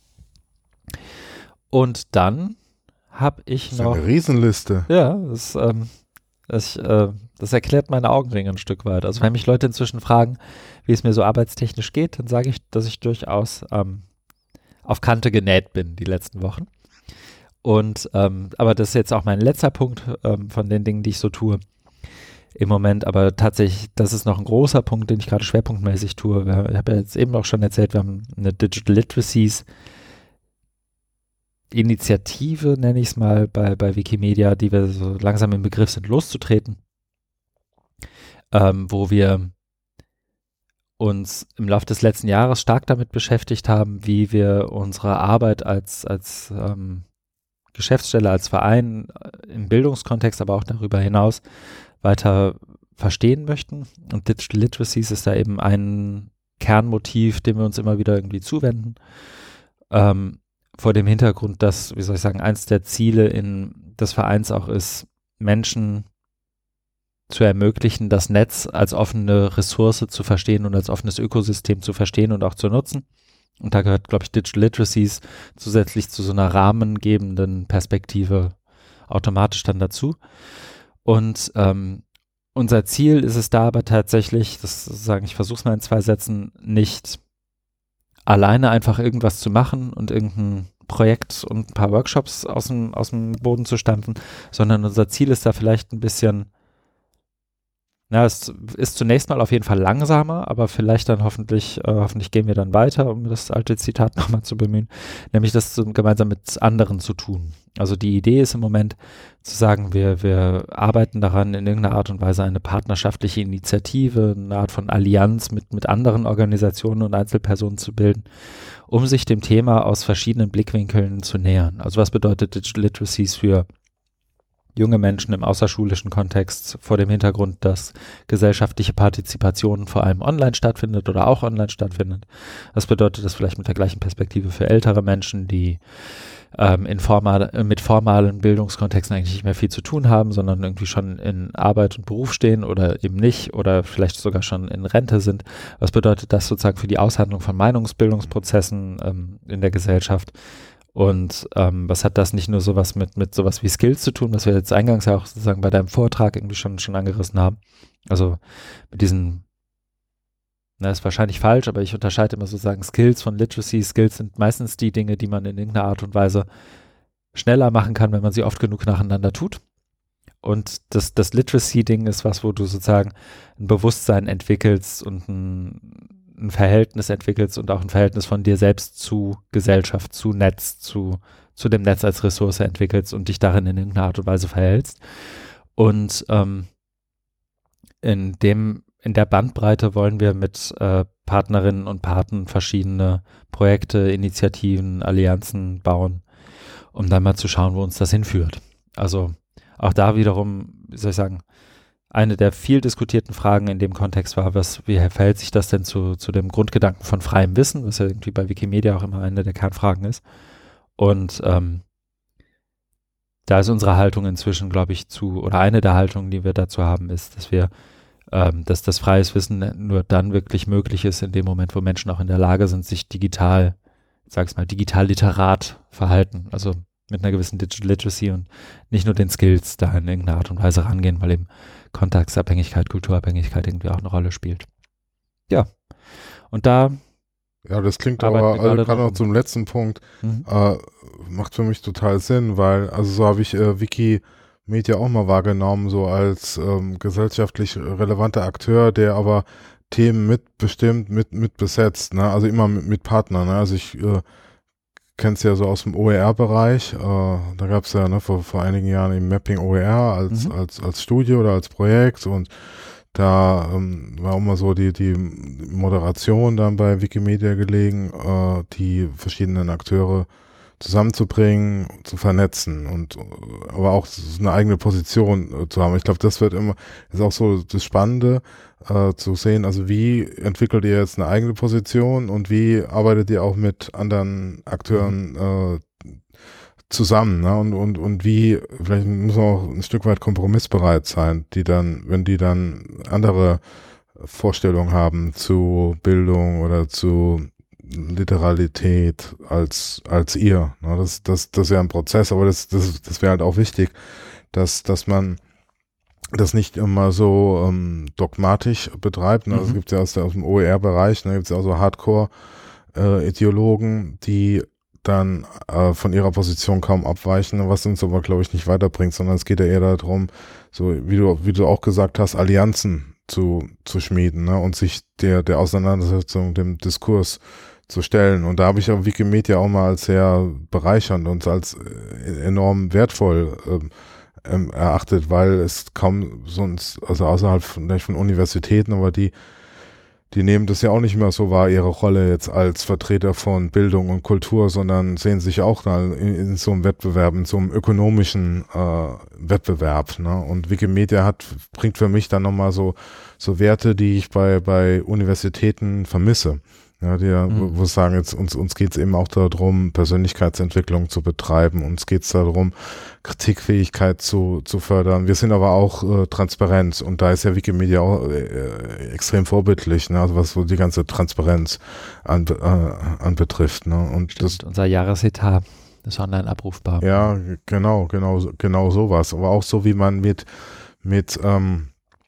Und dann habe ich
Das ist
noch,
eine Riesenliste.
ja, das, ähm, das, äh, das erklärt meine Augenringe ein Stück weit. Also wenn mich Leute inzwischen fragen, wie es mir so arbeitstechnisch geht, dann sage ich, dass ich durchaus ähm, auf Kante genäht bin die letzten Wochen. Und ähm, aber das ist jetzt auch mein letzter Punkt ähm, von den Dingen, die ich so tue im Moment. Aber tatsächlich, das ist noch ein großer Punkt, den ich gerade schwerpunktmäßig tue. Wir, ich habe ja jetzt eben auch schon erzählt, wir haben eine Digital Literacies Initiative, nenne ich es mal, bei, bei Wikimedia, die wir so langsam im Begriff sind, loszutreten, ähm, wo wir uns im Laufe des letzten Jahres stark damit beschäftigt haben, wie wir unsere Arbeit als, als ähm, Geschäftsstelle, als Verein äh, im Bildungskontext, aber auch darüber hinaus weiter verstehen möchten. Und Digital Literacies ist da eben ein Kernmotiv, dem wir uns immer wieder irgendwie zuwenden. Ähm, vor dem Hintergrund, dass, wie soll ich sagen, eins der Ziele in des Vereins auch ist, Menschen zu ermöglichen, das Netz als offene Ressource zu verstehen und als offenes Ökosystem zu verstehen und auch zu nutzen. Und da gehört, glaube ich, Digital Literacies zusätzlich zu so einer rahmengebenden Perspektive automatisch dann dazu. Und ähm, unser Ziel ist es da aber tatsächlich, das sagen, ich versuche es mal in zwei Sätzen, nicht alleine einfach irgendwas zu machen und irgendein Projekt und ein paar Workshops aus dem, aus dem Boden zu stampfen, sondern unser Ziel ist da vielleicht ein bisschen Ja, es ist zunächst mal auf jeden Fall langsamer, aber vielleicht dann hoffentlich, äh, hoffentlich gehen wir dann weiter, um das alte Zitat nochmal zu bemühen, nämlich das zu, gemeinsam mit anderen zu tun. Also die Idee ist im Moment zu sagen, wir, wir arbeiten daran, in irgendeiner Art und Weise eine partnerschaftliche Initiative, eine Art von Allianz mit, mit anderen Organisationen und Einzelpersonen zu bilden, um sich dem Thema aus verschiedenen Blickwinkeln zu nähern. Also was bedeutet Digital Literacies für junge Menschen im außerschulischen Kontext vor dem Hintergrund, dass gesellschaftliche Partizipation vor allem online stattfindet oder auch online stattfindet. Was bedeutet das vielleicht mit der gleichen Perspektive für ältere Menschen, die ähm, in formal, mit formalen Bildungskontexten eigentlich nicht mehr viel zu tun haben, sondern irgendwie schon in Arbeit und Beruf stehen oder eben nicht oder vielleicht sogar schon in Rente sind. Was bedeutet das sozusagen für die Aushandlung von Meinungsbildungsprozessen ähm, in der Gesellschaft? Und ähm, was hat das nicht nur sowas mit, mit sowas wie Skills zu tun, was wir jetzt eingangs ja auch sozusagen bei deinem Vortrag irgendwie schon, schon angerissen haben. Also mit diesen, na, ist wahrscheinlich falsch, aber ich unterscheide immer sozusagen Skills von Literacy. Skills sind meistens die Dinge, die man in irgendeiner Art und Weise schneller machen kann, wenn man sie oft genug nacheinander tut. Und das, das Literacy-Ding ist was, wo du sozusagen ein Bewusstsein entwickelst und ein ein Verhältnis entwickelst und auch ein Verhältnis von dir selbst zu Gesellschaft, zu Netz, zu, zu dem Netz als Ressource entwickelst und dich darin in irgendeiner Art und Weise verhältst. Und ähm, in dem, in der Bandbreite wollen wir mit äh, Partnerinnen und Partnern verschiedene Projekte, Initiativen, Allianzen bauen, um dann mal zu schauen, wo uns das hinführt. Also auch da wiederum, wie soll ich sagen, eine der viel diskutierten Fragen in dem Kontext war, was, wie verhält sich das denn zu, zu dem Grundgedanken von freiem Wissen, was ja irgendwie bei Wikimedia auch immer eine der Kernfragen ist. Und ähm, da ist unsere Haltung inzwischen, glaube ich, zu, oder eine der Haltungen, die wir dazu haben, ist, dass wir, ähm, dass das freies Wissen nur dann wirklich möglich ist, in dem Moment, wo Menschen auch in der Lage sind, sich digital, ich sag's mal, digital literat verhalten, also mit einer gewissen Digital Literacy und nicht nur den Skills da in irgendeiner Art und Weise rangehen, weil eben Kontextabhängigkeit, Kulturabhängigkeit irgendwie auch eine Rolle spielt. Ja, und da
Ja, das klingt aber, also gerade noch zum letzten Punkt, mhm. äh, macht für mich total Sinn, weil, also so habe ich äh, Wikimedia auch mal wahrgenommen, so als ähm, gesellschaftlich relevanter Akteur, der aber Themen mitbestimmt, mit, mit besetzt, ne? Also immer mit, mit Partnern, ne? Also ich äh, kenne es ja so aus dem O E R-Bereich, äh, da gab es ja ne, vor, vor einigen Jahren eben Mapping O E R als, mhm. als, als Studie oder als Projekt und da ähm, war auch mal so die, die Moderation dann bei Wikimedia gelegen, äh, die verschiedenen Akteure zusammenzubringen, zu vernetzen und aber auch eine eigene Position äh, zu haben. Ich glaube, das wird immer, ist auch so das Spannende, äh, zu sehen, also wie entwickelt ihr jetzt eine eigene Position und wie arbeitet ihr auch mit anderen Akteuren äh, zusammen, ne? Und, und, und wie, vielleicht muss man auch ein Stück weit kompromissbereit sein, die dann, wenn die dann andere Vorstellungen haben zu Bildung oder zu Literalität als, als ihr. Ne? Das, das, das wäre ein Prozess, aber das, das, das wäre halt auch wichtig, dass, dass man das nicht immer so ähm, dogmatisch betreibt. Ne? Mhm. Das gibt es ja aus, der, aus dem O E R-Bereich, ne? Gibt es ja auch so Hardcore-Ideologen, äh, die dann äh, von ihrer Position kaum abweichen, was uns aber, glaube ich, nicht weiterbringt, sondern es geht ja eher darum, so wie du, wie du auch gesagt hast, Allianzen zu, zu schmieden, ne? Und sich der, der Auseinandersetzung, dem Diskurs zu stellen. Und da habe ich auch Wikimedia auch mal als sehr bereichernd und als äh, enorm wertvoll ähm, ähm, erachtet, weil es kaum sonst, also außerhalb von, von Universitäten, aber die Die nehmen das ja auch nicht mehr so wahr, ihre Rolle jetzt als Vertreter von Bildung und Kultur, sondern sehen sich auch da in, in so einem Wettbewerb, in so einem ökonomischen äh, Wettbewerb. Ne? Und Wikimedia hat, bringt für mich dann nochmal so, so Werte, die ich bei, bei Universitäten vermisse. Ja, die ja, mhm. wo sagen, jetzt uns, uns geht es eben auch darum, Persönlichkeitsentwicklung zu betreiben. Uns geht es darum, Kritikfähigkeit zu, zu fördern. Wir sind aber auch äh, Transparenz und da ist ja Wikimedia auch äh, extrem vorbildlich, ne? Also was so die ganze Transparenz an, äh, anbetrifft. Ne? Und
Stimmt, das, unser Jahresetat ist online abrufbar.
Ja, genau, genau, genau sowas. Aber auch so, wie man mit, mit ähm,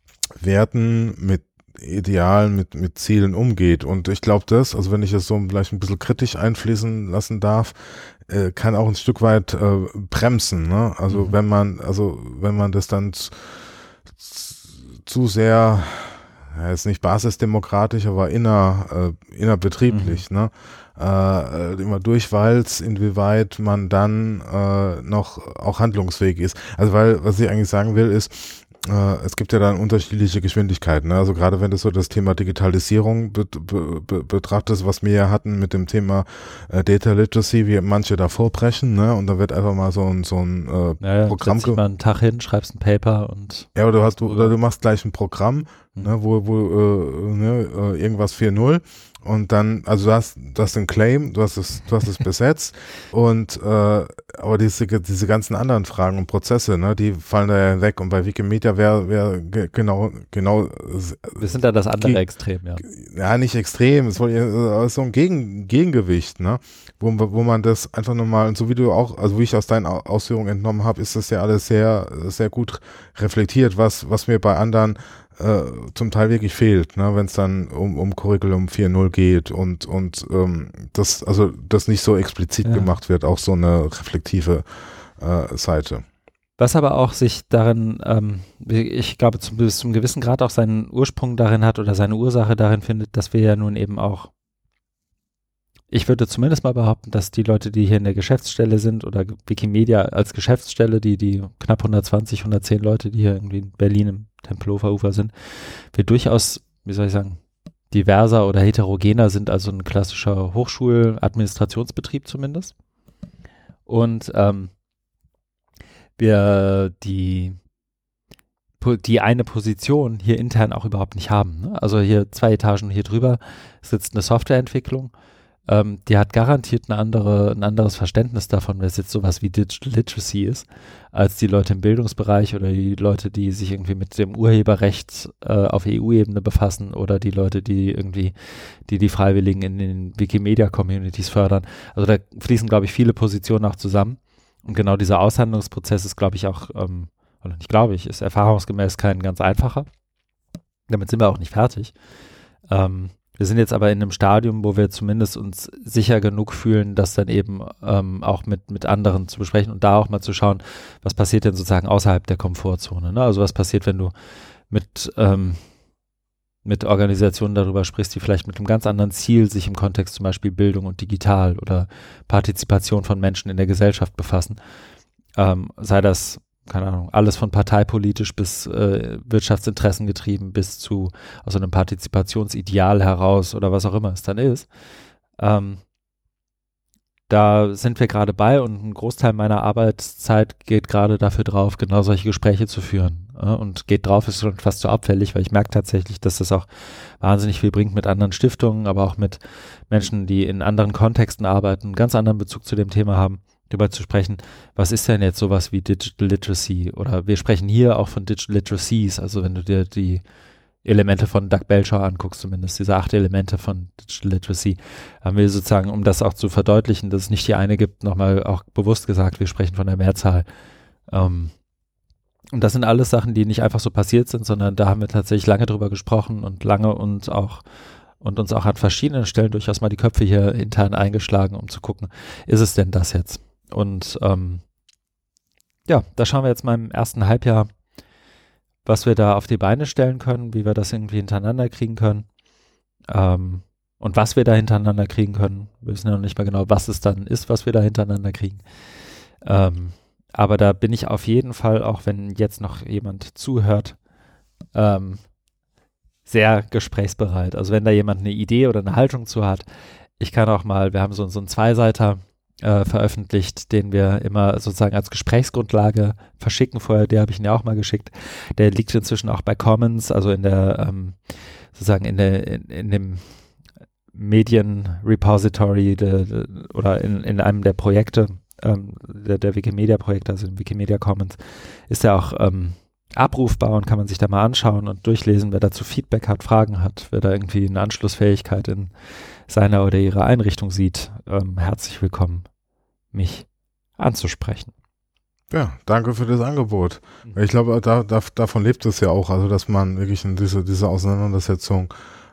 Werten, mit Idealen, mit, mit Zielen umgeht. Und ich glaube das, also wenn ich das so vielleicht ein bisschen kritisch einfließen lassen darf, äh, kann auch ein Stück weit äh, bremsen. Ne? Also mhm. wenn man, also wenn man das dann zu sehr, ja, ist nicht basisdemokratisch, aber inner, äh, innerbetrieblich, mhm. ne? Äh, immer durchwalzt, inwieweit man dann äh, noch auch handlungsfähig ist. Also weil, was ich eigentlich sagen will, ist, äh, es gibt ja dann unterschiedliche Geschwindigkeiten. Ne? Also gerade wenn du so das Thema Digitalisierung be be be betrachtest, was wir ja hatten mit dem Thema äh, Data Literacy, wie manche da vorbrechen, ne? Und da wird einfach mal so ein, so ein äh,
naja,
Programm...
setzt dich mal einen Tag hin, schreibst ein Paper und...
Ja, oder du, hast, oder du machst gleich ein Programm, mhm. ne, wo, wo äh, ne, irgendwas vier null und dann, also du hast, du hast den Claim, du hast es, du hast es besetzt und äh, aber diese, diese ganzen anderen Fragen und Prozesse, ne, die fallen da ja weg und bei Wikimedia wäre wär genau, genau.
Wir sind da das andere Extrem, ja.
Ja, nicht extrem, es ist so ein Gegen, Gegengewicht, ne, wo, wo man das einfach nochmal, so wie du auch, also wie ich aus deinen Ausführungen entnommen habe, ist das ja alles sehr, sehr gut reflektiert, was, was mir bei anderen äh, zum Teil wirklich fehlt, ne, wenn es dann um, um Curriculum vier null geht und, und ähm, das, also das nicht so explizit ja. gemacht wird, auch so eine reflektive äh, Seite.
Was aber auch sich darin, ähm, ich glaube, zum, bis zum gewissen Grad auch seinen Ursprung darin hat oder seine Ursache darin findet, dass wir ja nun eben auch, ich würde zumindest mal behaupten, dass die Leute, die hier in der Geschäftsstelle sind oder Wikimedia als Geschäftsstelle, die, die knapp hundertzwanzig, hundertzehn Leute, die hier irgendwie in Berlin im Tempelhofer Ufer sind, wir durchaus, wie soll ich sagen, diverser oder heterogener sind, also ein klassischer Hochschuladministrationsbetrieb zumindest. Und ähm, wir die, die eine Position hier intern auch überhaupt nicht haben. Ne? Also hier zwei Etagen hier drüber sitzt eine Softwareentwicklung, ähm, die hat garantiert eine andere, ein anderes Verständnis davon, was jetzt sowas wie Digital Literacy ist, als die Leute im Bildungsbereich oder die Leute, die sich irgendwie mit dem Urheberrecht äh, auf E U-Ebene befassen oder die Leute, die irgendwie, die die Freiwilligen in den Wikimedia-Communities fördern. Also da fließen, glaube ich, viele Positionen auch zusammen. Und genau dieser Aushandlungsprozess ist, glaube ich, auch, ähm, oder nicht glaube ich, ist erfahrungsgemäß kein ganz einfacher. Damit sind wir auch nicht fertig. Ähm, wir sind jetzt aber in einem Stadium, wo wir zumindest uns sicher genug fühlen, das dann eben ähm, auch mit, mit anderen zu besprechen und da auch mal zu schauen, was passiert denn sozusagen außerhalb der Komfortzone. Ne? Also was passiert, wenn du mit, ähm, mit Organisationen darüber sprichst, die vielleicht mit einem ganz anderen Ziel sich im Kontext zum Beispiel Bildung und Digital oder Partizipation von Menschen in der Gesellschaft befassen. Ähm, sei das, keine Ahnung, alles von parteipolitisch bis äh, Wirtschaftsinteressen getrieben bis zu aus einem Partizipationsideal heraus oder was auch immer es dann ist. Ähm, da sind wir gerade bei und ein Großteil meiner Arbeitszeit geht gerade dafür drauf, genau solche Gespräche zu führen. Ja, und geht drauf ist schon fast zu abfällig, weil ich merke tatsächlich, dass das auch wahnsinnig viel bringt mit anderen Stiftungen, aber auch mit Menschen, die in anderen Kontexten arbeiten, einen ganz anderen Bezug zu dem Thema haben, darüber zu sprechen, was ist denn jetzt sowas wie Digital Literacy? Oder wir sprechen hier auch von Digital Literacies, also wenn du dir die Elemente von Doug Belcher anguckst, zumindest diese acht Elemente von Digital Literacy, haben wir sozusagen, um das auch zu verdeutlichen, dass es nicht die eine gibt, nochmal auch bewusst gesagt, wir sprechen von der Mehrzahl. Ähm, und das sind alles Sachen, die nicht einfach so passiert sind, sondern da haben wir tatsächlich lange drüber gesprochen und lange und auch und uns auch an verschiedenen Stellen durchaus mal die Köpfe hier intern eingeschlagen, um zu gucken, ist es denn das jetzt? Und ähm, ja, da schauen wir jetzt mal im ersten Halbjahr, was wir da auf die Beine stellen können, wie wir das irgendwie hintereinander kriegen können ähm, und was wir da hintereinander kriegen können. Wir wissen ja noch nicht mal genau, was es dann ist, was wir da hintereinander kriegen. Ähm, aber da bin ich auf jeden Fall, auch wenn jetzt noch jemand zuhört, ähm, sehr gesprächsbereit. Also wenn da jemand eine Idee oder eine Haltung zu hat, ich kann auch mal, wir haben so, so einen Zweiseiter äh, veröffentlicht, den wir immer sozusagen als Gesprächsgrundlage verschicken. Vorher, der habe ich Ihnen ja auch mal geschickt. Der liegt inzwischen auch bei Commons, also in der, ähm, sozusagen in der, in, in dem Medienrepository de, de, oder in, in einem der Projekte, ähm, der, der Wikimedia-Projekte, also im Wikimedia Commons, ist er auch ähm, abrufbar und kann man sich da mal anschauen und durchlesen, wer dazu Feedback hat, Fragen hat, wer da irgendwie eine Anschlussfähigkeit in seiner oder ihrer Einrichtung sieht, ähm, herzlich willkommen, mich anzusprechen.
Ja, danke für das Angebot. Ich glaube, da, da, davon lebt es ja auch, also dass man wirklich in diese, diese Auseinandersetzung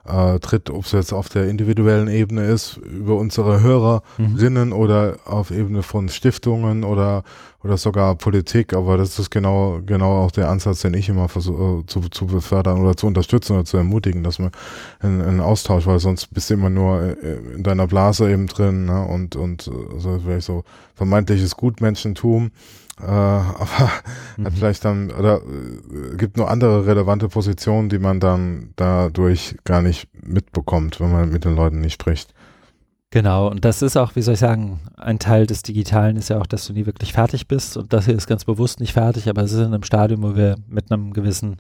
äh, tritt, ob es jetzt auf der individuellen Ebene ist, über unsere Hörerinnen mhm. oder auf Ebene von Stiftungen oder oder sogar Politik, aber das ist genau genau auch der Ansatz, den ich immer versuche zu, zu befördern oder zu unterstützen oder zu ermutigen, dass man einen, einen Austausch, weil sonst bist du immer nur in deiner Blase eben drin, ne? und und so vielleicht so vermeintliches Gutmenschentum, äh, aber mhm. hat vielleicht dann oder äh, gibt nur andere relevante Positionen, die man dann dadurch gar nicht mitbekommt, wenn man mit den Leuten nicht spricht.
Genau, und das ist auch, wie soll ich sagen, ein Teil des Digitalen ist ja auch, dass du nie wirklich fertig bist, und das hier ist ganz bewusst nicht fertig, aber es ist in einem Stadium, wo wir mit einem gewissen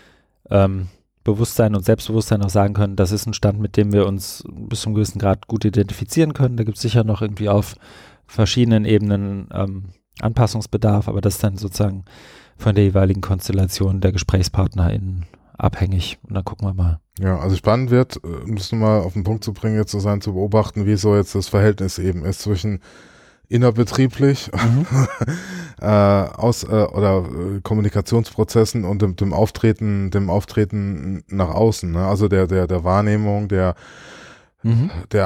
ähm, Bewusstsein und Selbstbewusstsein auch sagen können, das ist ein Stand, mit dem wir uns bis zum gewissen Grad gut identifizieren können. Da gibt es sicher noch irgendwie auf verschiedenen Ebenen ähm, Anpassungsbedarf, aber das ist dann sozusagen von der jeweiligen Konstellation der GesprächspartnerInnen abhängig, und dann gucken wir mal.
Ja, also spannend wird, um das nochmal auf den Punkt zu bringen, jetzt zu sein, zu beobachten, wie so jetzt das Verhältnis eben ist zwischen innerbetrieblich mhm. äh, aus äh, oder äh, Kommunikationsprozessen und dem, dem Auftreten, dem Auftreten nach außen, ne? Also der der der Wahrnehmung, der mhm. der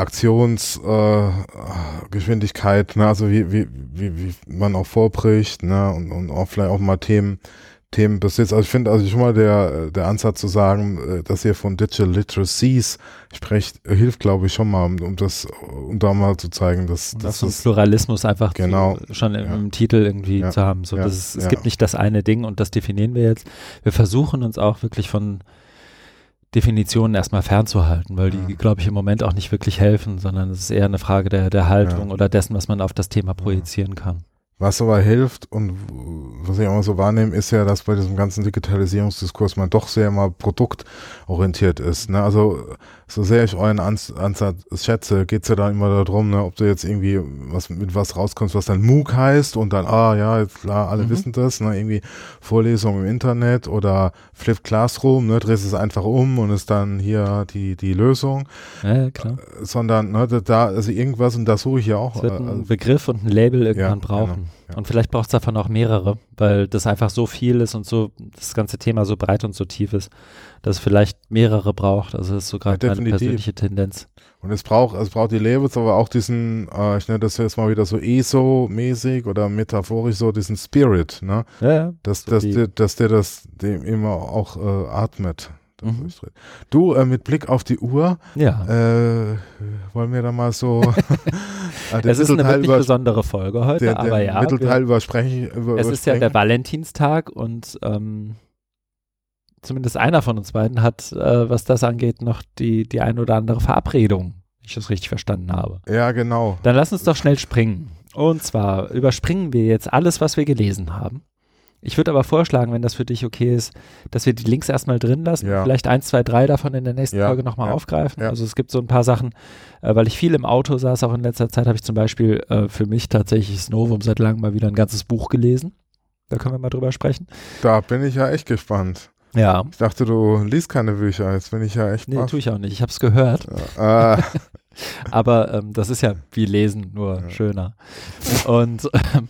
Aktionsgeschwindigkeit, äh, ne? Also wie wie wie wie man auch vorbricht, ne? Und und auch vielleicht auch mal Themen Themen besitzt. Also ich finde, also schon mal der der Ansatz zu sagen, dass ihr von Digital Literacies sprecht, hilft, glaube ich, schon mal, um, um das, um da mal zu zeigen, dass
das so ein Pluralismus einfach
genau,
zu, schon im,
ja.
im Titel irgendwie
ja.
zu haben. So,
ja.
das ist, es
ja.
gibt nicht das eine Ding und das definieren wir jetzt. Wir versuchen uns auch wirklich von Definitionen erstmal fernzuhalten, weil die, ja. glaube ich, im Moment auch nicht wirklich helfen, sondern es ist eher eine Frage der, der Haltung ja. oder dessen, was man auf das Thema projizieren kann.
Was aber hilft und was ich auch mal so wahrnehme, ist ja, dass bei diesem ganzen Digitalisierungsdiskurs man doch sehr mal produktorientiert ist. Ne? Also so sehr ich euren Ans- Ansatz schätze, geht es ja dann immer darum, ne, ob du jetzt irgendwie was mit was rauskommst, was dann MOOC heißt und dann, ah ja, jetzt klar, alle mhm. wissen das, ne, irgendwie Vorlesung im Internet oder Flipped Classroom, ne, drehst es einfach um und ist dann hier die die Lösung.
Ja, klar.
Äh, sondern ne, da, also irgendwas, und das suche ich ja auch.
Es wird ein
also,
Begriff und ein Label irgendwann
ja,
brauchen.
Genau, ja.
Und vielleicht braucht es davon auch mehrere, weil das einfach so viel ist und so das ganze Thema so breit und so tief ist, dass es vielleicht mehrere braucht. Also das ist so gerade
ja,
meine persönliche Tendenz.
Und es braucht, es braucht die Labels, aber auch diesen, äh, ich nenne das jetzt mal wieder so E S O-mäßig oder metaphorisch so, diesen Spirit, ne?
Ja, ja.
Dass,
so
dass, der, dass der das dem immer auch äh, atmet. Mhm. Du, äh, mit Blick auf die Uhr,
ja.
äh, wollen wir da mal so
äh, es ist eine wirklich besondere Folge heute,
der,
aber
den
ja.
Mittelteil übersprechen. Über,
es ist ja der Valentinstag und ähm, zumindest einer von uns beiden hat, äh, was das angeht, noch die, die ein oder andere Verabredung, wenn ich das richtig verstanden habe.
Ja, genau.
Dann lass uns doch schnell springen. Und zwar überspringen wir jetzt alles, was wir gelesen haben. Ich würde aber vorschlagen, wenn das für dich okay ist, dass wir die Links erstmal drin lassen,
ja.
vielleicht eins, zwei, drei davon in der nächsten
ja.
Folge nochmal
ja.
aufgreifen.
Ja.
Also es gibt so ein paar Sachen, äh, weil ich viel im Auto saß, auch in letzter Zeit habe ich zum Beispiel äh, für mich tatsächlich das Novum seit langem mal wieder ein ganzes Buch gelesen. Da können wir mal drüber sprechen.
Da bin ich ja echt gespannt.
Ja.
Ich dachte, du liest keine Bücher, jetzt bin ich ja echt
Nee,
baff.
tue ich auch nicht. Ich habe es gehört.
Ja. Ah.
Aber ähm, das ist ja wie Lesen, nur ja. schöner. Und ähm,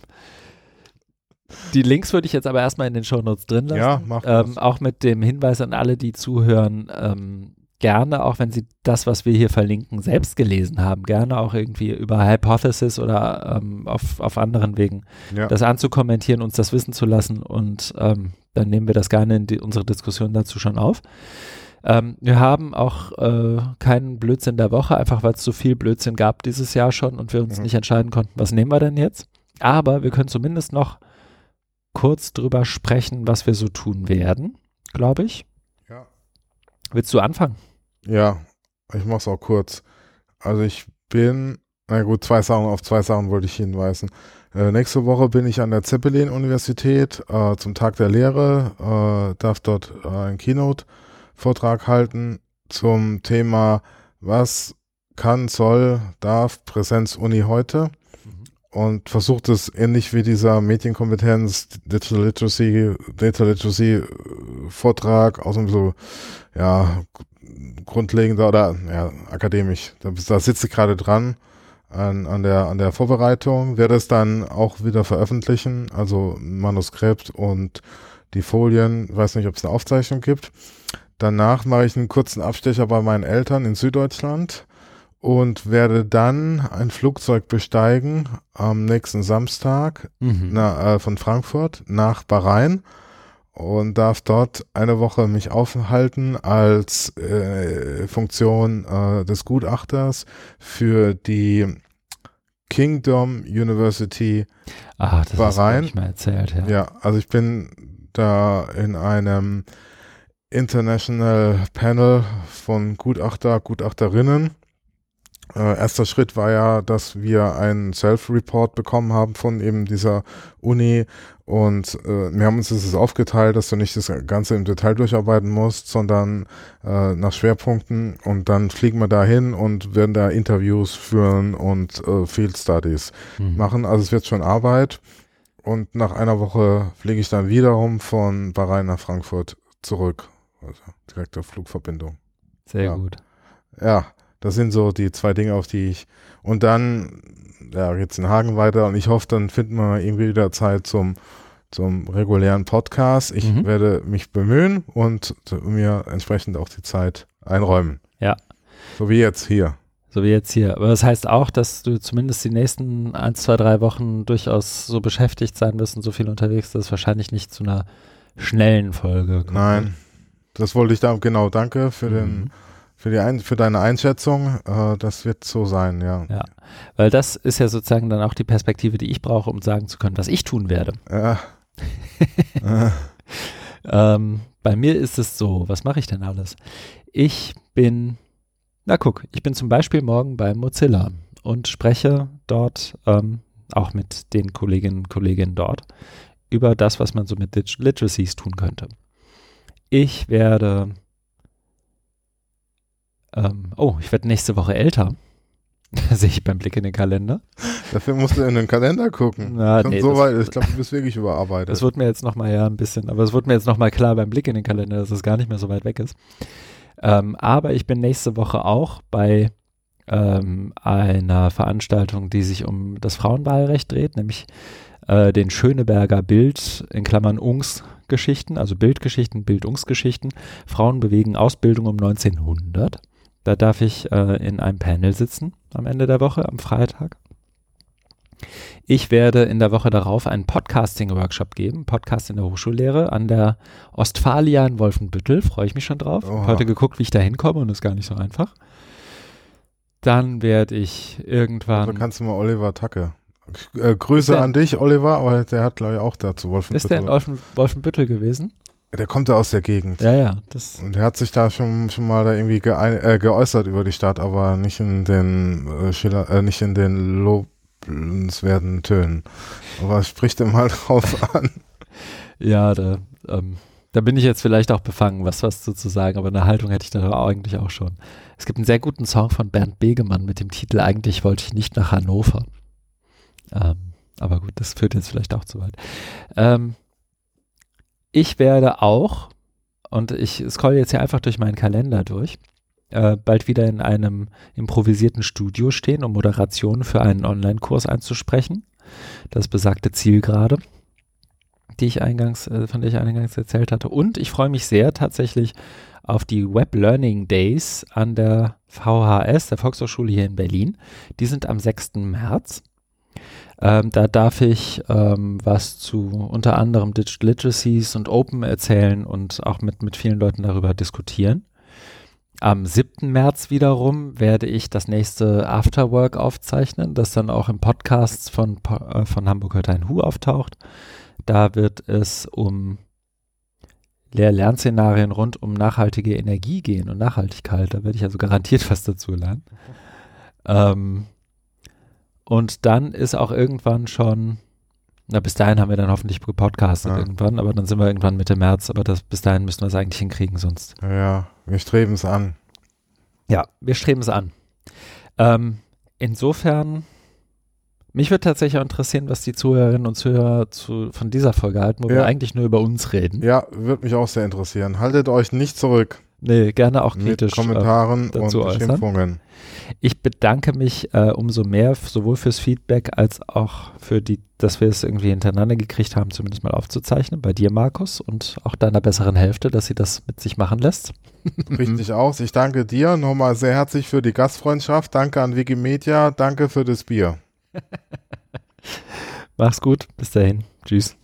die Links würde ich jetzt aber erstmal in den Shownotes drin lassen.
Ja, mach das.
Ähm, auch mit dem Hinweis an alle, die zuhören, ähm, gerne, auch wenn sie das, was wir hier verlinken, selbst gelesen haben, gerne auch irgendwie über Hypothesis oder ähm, auf, auf anderen Wegen
ja.
das anzukommentieren, uns das wissen zu lassen, und ähm, dann nehmen wir das gerne in die, unsere Diskussion dazu schon auf. Ähm, wir haben auch äh, keinen Blödsinn der Woche, einfach weil es so viel Blödsinn gab dieses Jahr schon und wir uns mhm. nicht entscheiden konnten, was nehmen wir denn jetzt. Aber wir können zumindest noch kurz drüber sprechen, was wir so tun werden, glaube ich.
Ja.
Willst du anfangen?
Ja, ich mach's auch kurz. Also ich bin, na gut, zwei Sachen, auf zwei Sachen wollte ich hinweisen. Äh, nächste Woche bin ich an der Zeppelin-Universität äh, zum Tag der Lehre, äh, darf dort äh, einen Keynote-Vortrag halten zum Thema, was kann, soll, darf Präsenz-Uni heute? Und versucht es ähnlich wie dieser Medienkompetenz, Digital Literacy, Data Literacy Vortrag, auch so, ja, grundlegender oder, ja, akademisch. Da, da sitze ich gerade dran an, an der, an der Vorbereitung, werde es dann auch wieder veröffentlichen, also Manuskript und die Folien, weiß nicht, ob es eine Aufzeichnung gibt. Danach mache ich einen kurzen Abstecher bei meinen Eltern in Süddeutschland und werde dann ein Flugzeug besteigen am nächsten Samstag
Mhm.
na, äh, von Frankfurt nach Bahrain und darf dort eine Woche mich aufhalten als äh, Funktion äh, des Gutachters für die Kingdom University
Ah, das
Bahrain.
hast du mir erzählt, ja.
Ja, also ich bin da in einem International Panel von Gutachter, Gutachterinnen. Äh, erster Schritt war ja, dass wir einen Self-Report bekommen haben von eben dieser Uni und äh, wir haben uns das aufgeteilt, dass du nicht das Ganze im Detail durcharbeiten musst, sondern äh, nach Schwerpunkten und dann fliegen wir da hin und werden da Interviews führen und äh, Field Studies
Mhm.
machen. Also es wird schon Arbeit und nach einer Woche fliege ich dann wiederum von Bahrain nach Frankfurt zurück. Also direkte Flugverbindung.
Sehr
Ja.
gut.
Ja, das sind so die zwei Dinge, auf die ich. Und dann ja, geht's in Hagen weiter und ich hoffe, dann finden wir irgendwie wieder Zeit zum, zum regulären Podcast. Ich
Mhm.
werde mich bemühen und mir entsprechend auch die Zeit einräumen.
Ja.
So wie jetzt hier.
So wie jetzt hier. Aber das heißt auch, dass du zumindest die nächsten ein, zwei, drei Wochen durchaus so beschäftigt sein wirst und so viel unterwegs, dass es wahrscheinlich nicht zu einer schnellen Folge kommt.
Nein, das wollte ich da, genau, danke für
Mhm.
den, für die ein, für deine Einschätzung. Äh, das wird so sein, ja.
Ja, weil das ist ja sozusagen dann auch die Perspektive, die ich brauche, um sagen zu können, was ich tun werde.
Ja. äh,
Ähm, bei mir ist es so, was mache ich denn alles? Ich bin, na guck, ich bin zum Beispiel morgen bei Mozilla und spreche dort ähm, auch mit den Kolleginnen und Kollegen dort über das, was man so mit Digital Literacies tun könnte. Ich werde, ähm, oh, ich werde nächste Woche älter. Sehe ich beim Blick in den Kalender.
dafür musst du in den Kalender gucken.
Na,
Schon
nee,
so
das-
weit, ich glaube, du bist wirklich überarbeitet.
Das wird mir jetzt nochmal ja ein bisschen, aber es wird mir jetzt nochmal klar beim Blick in den Kalender, dass es gar nicht mehr so weit weg ist. Ähm, aber ich bin nächste Woche auch bei ähm, einer Veranstaltung, die sich um das Frauenwahlrecht dreht, nämlich äh, den Schöneberger Bild, in Klammern Ungs-Geschichten, also Bildgeschichten, Bild-Ungs-Geschichten, Frauen bewegen Ausbildung um neunzehnhundert. Da darf ich äh, in einem Panel sitzen am Ende der Woche, am Freitag. Ich werde in der Woche darauf einen Podcasting-Workshop geben, Podcast in der Hochschullehre an der Ostfalia in Wolfenbüttel, freue ich mich schon drauf.
Oha.
Heute geguckt, wie ich da hinkomme und ist gar nicht so einfach. Dann werde ich irgendwann,
Also kannst du mal Oliver Tacke. Äh, Grüße
der-
an dich, Oliver, aber der hat, glaube ich, auch dazu Wolfenbüttel.
ist der in Wolfen, Wolfenbüttel gewesen?
Der kommt ja aus der Gegend.
Ja, ja, das,
Und der hat sich da schon, schon mal da irgendwie geein, äh, geäußert über die Stadt, aber nicht in den äh, Schiller, äh, nicht in den lobenswerten Tönen. Aber es spricht ihm halt drauf an.
ja, da, ähm, da bin ich jetzt vielleicht auch befangen, was was zu sagen, aber eine Haltung hätte ich da eigentlich auch schon. Es gibt einen sehr guten Song von Bernd Begemann mit dem Titel Eigentlich wollte ich nicht nach Hannover. Ähm, aber gut, das führt jetzt vielleicht auch zu weit. Ähm, ich werde auch, und ich scroll jetzt hier einfach durch meinen Kalender durch, äh, bald wieder in einem improvisierten Studio stehen, um Moderationen für einen Online-Kurs einzusprechen. Das besagte Zielgerade, die ich eingangs, äh, von der ich eingangs erzählt hatte. Und ich freue mich sehr tatsächlich auf die Web Learning Days an der V H S, der Volkshochschule hier in Berlin. Die sind am sechsten März. Ähm, da darf ich ähm, was zu unter anderem Digital Literacies und Open erzählen und auch mit, mit vielen Leuten darüber diskutieren. Am siebten März wiederum werde ich das nächste Afterwork aufzeichnen, das dann auch im Podcast von, äh, von Hamburg hört ein Hu auftaucht. Da wird es um Lehr-Lernszenarien rund um nachhaltige Energie gehen und Nachhaltigkeit. Da werde ich also garantiert was dazu lernen. Ähm, und dann ist auch irgendwann schon, na bis dahin haben wir dann hoffentlich gepodcastet
Ja.
irgendwann, aber dann sind wir irgendwann Mitte März, aber das, bis dahin müssen wir es eigentlich hinkriegen, sonst.
Ja, wir streben es an.
Ja, wir streben es an. Ähm, insofern, mich würde tatsächlich auch interessieren, was die Zuhörerinnen und Zuhörer zu, von dieser Folge halten, wo
Ja.
wir eigentlich nur über uns reden.
Ja, würde mich auch sehr interessieren. Haltet euch nicht zurück.
Nee, gerne auch
mit
kritisch
Kommentaren
äh, dazu
und
äußern.
Beschimpfungen.
Ich bedanke mich äh, umso mehr sowohl fürs Feedback als auch für die, dass wir es irgendwie hintereinander gekriegt haben, zumindest mal aufzuzeichnen. Bei dir, Markus, und auch deiner besseren Hälfte, dass sie das mit sich machen lässt.
Richtig aus. Ich danke dir nochmal sehr herzlich für die Gastfreundschaft. Danke an Wikimedia. Danke für das Bier.
Mach's gut. Bis dahin. Tschüss.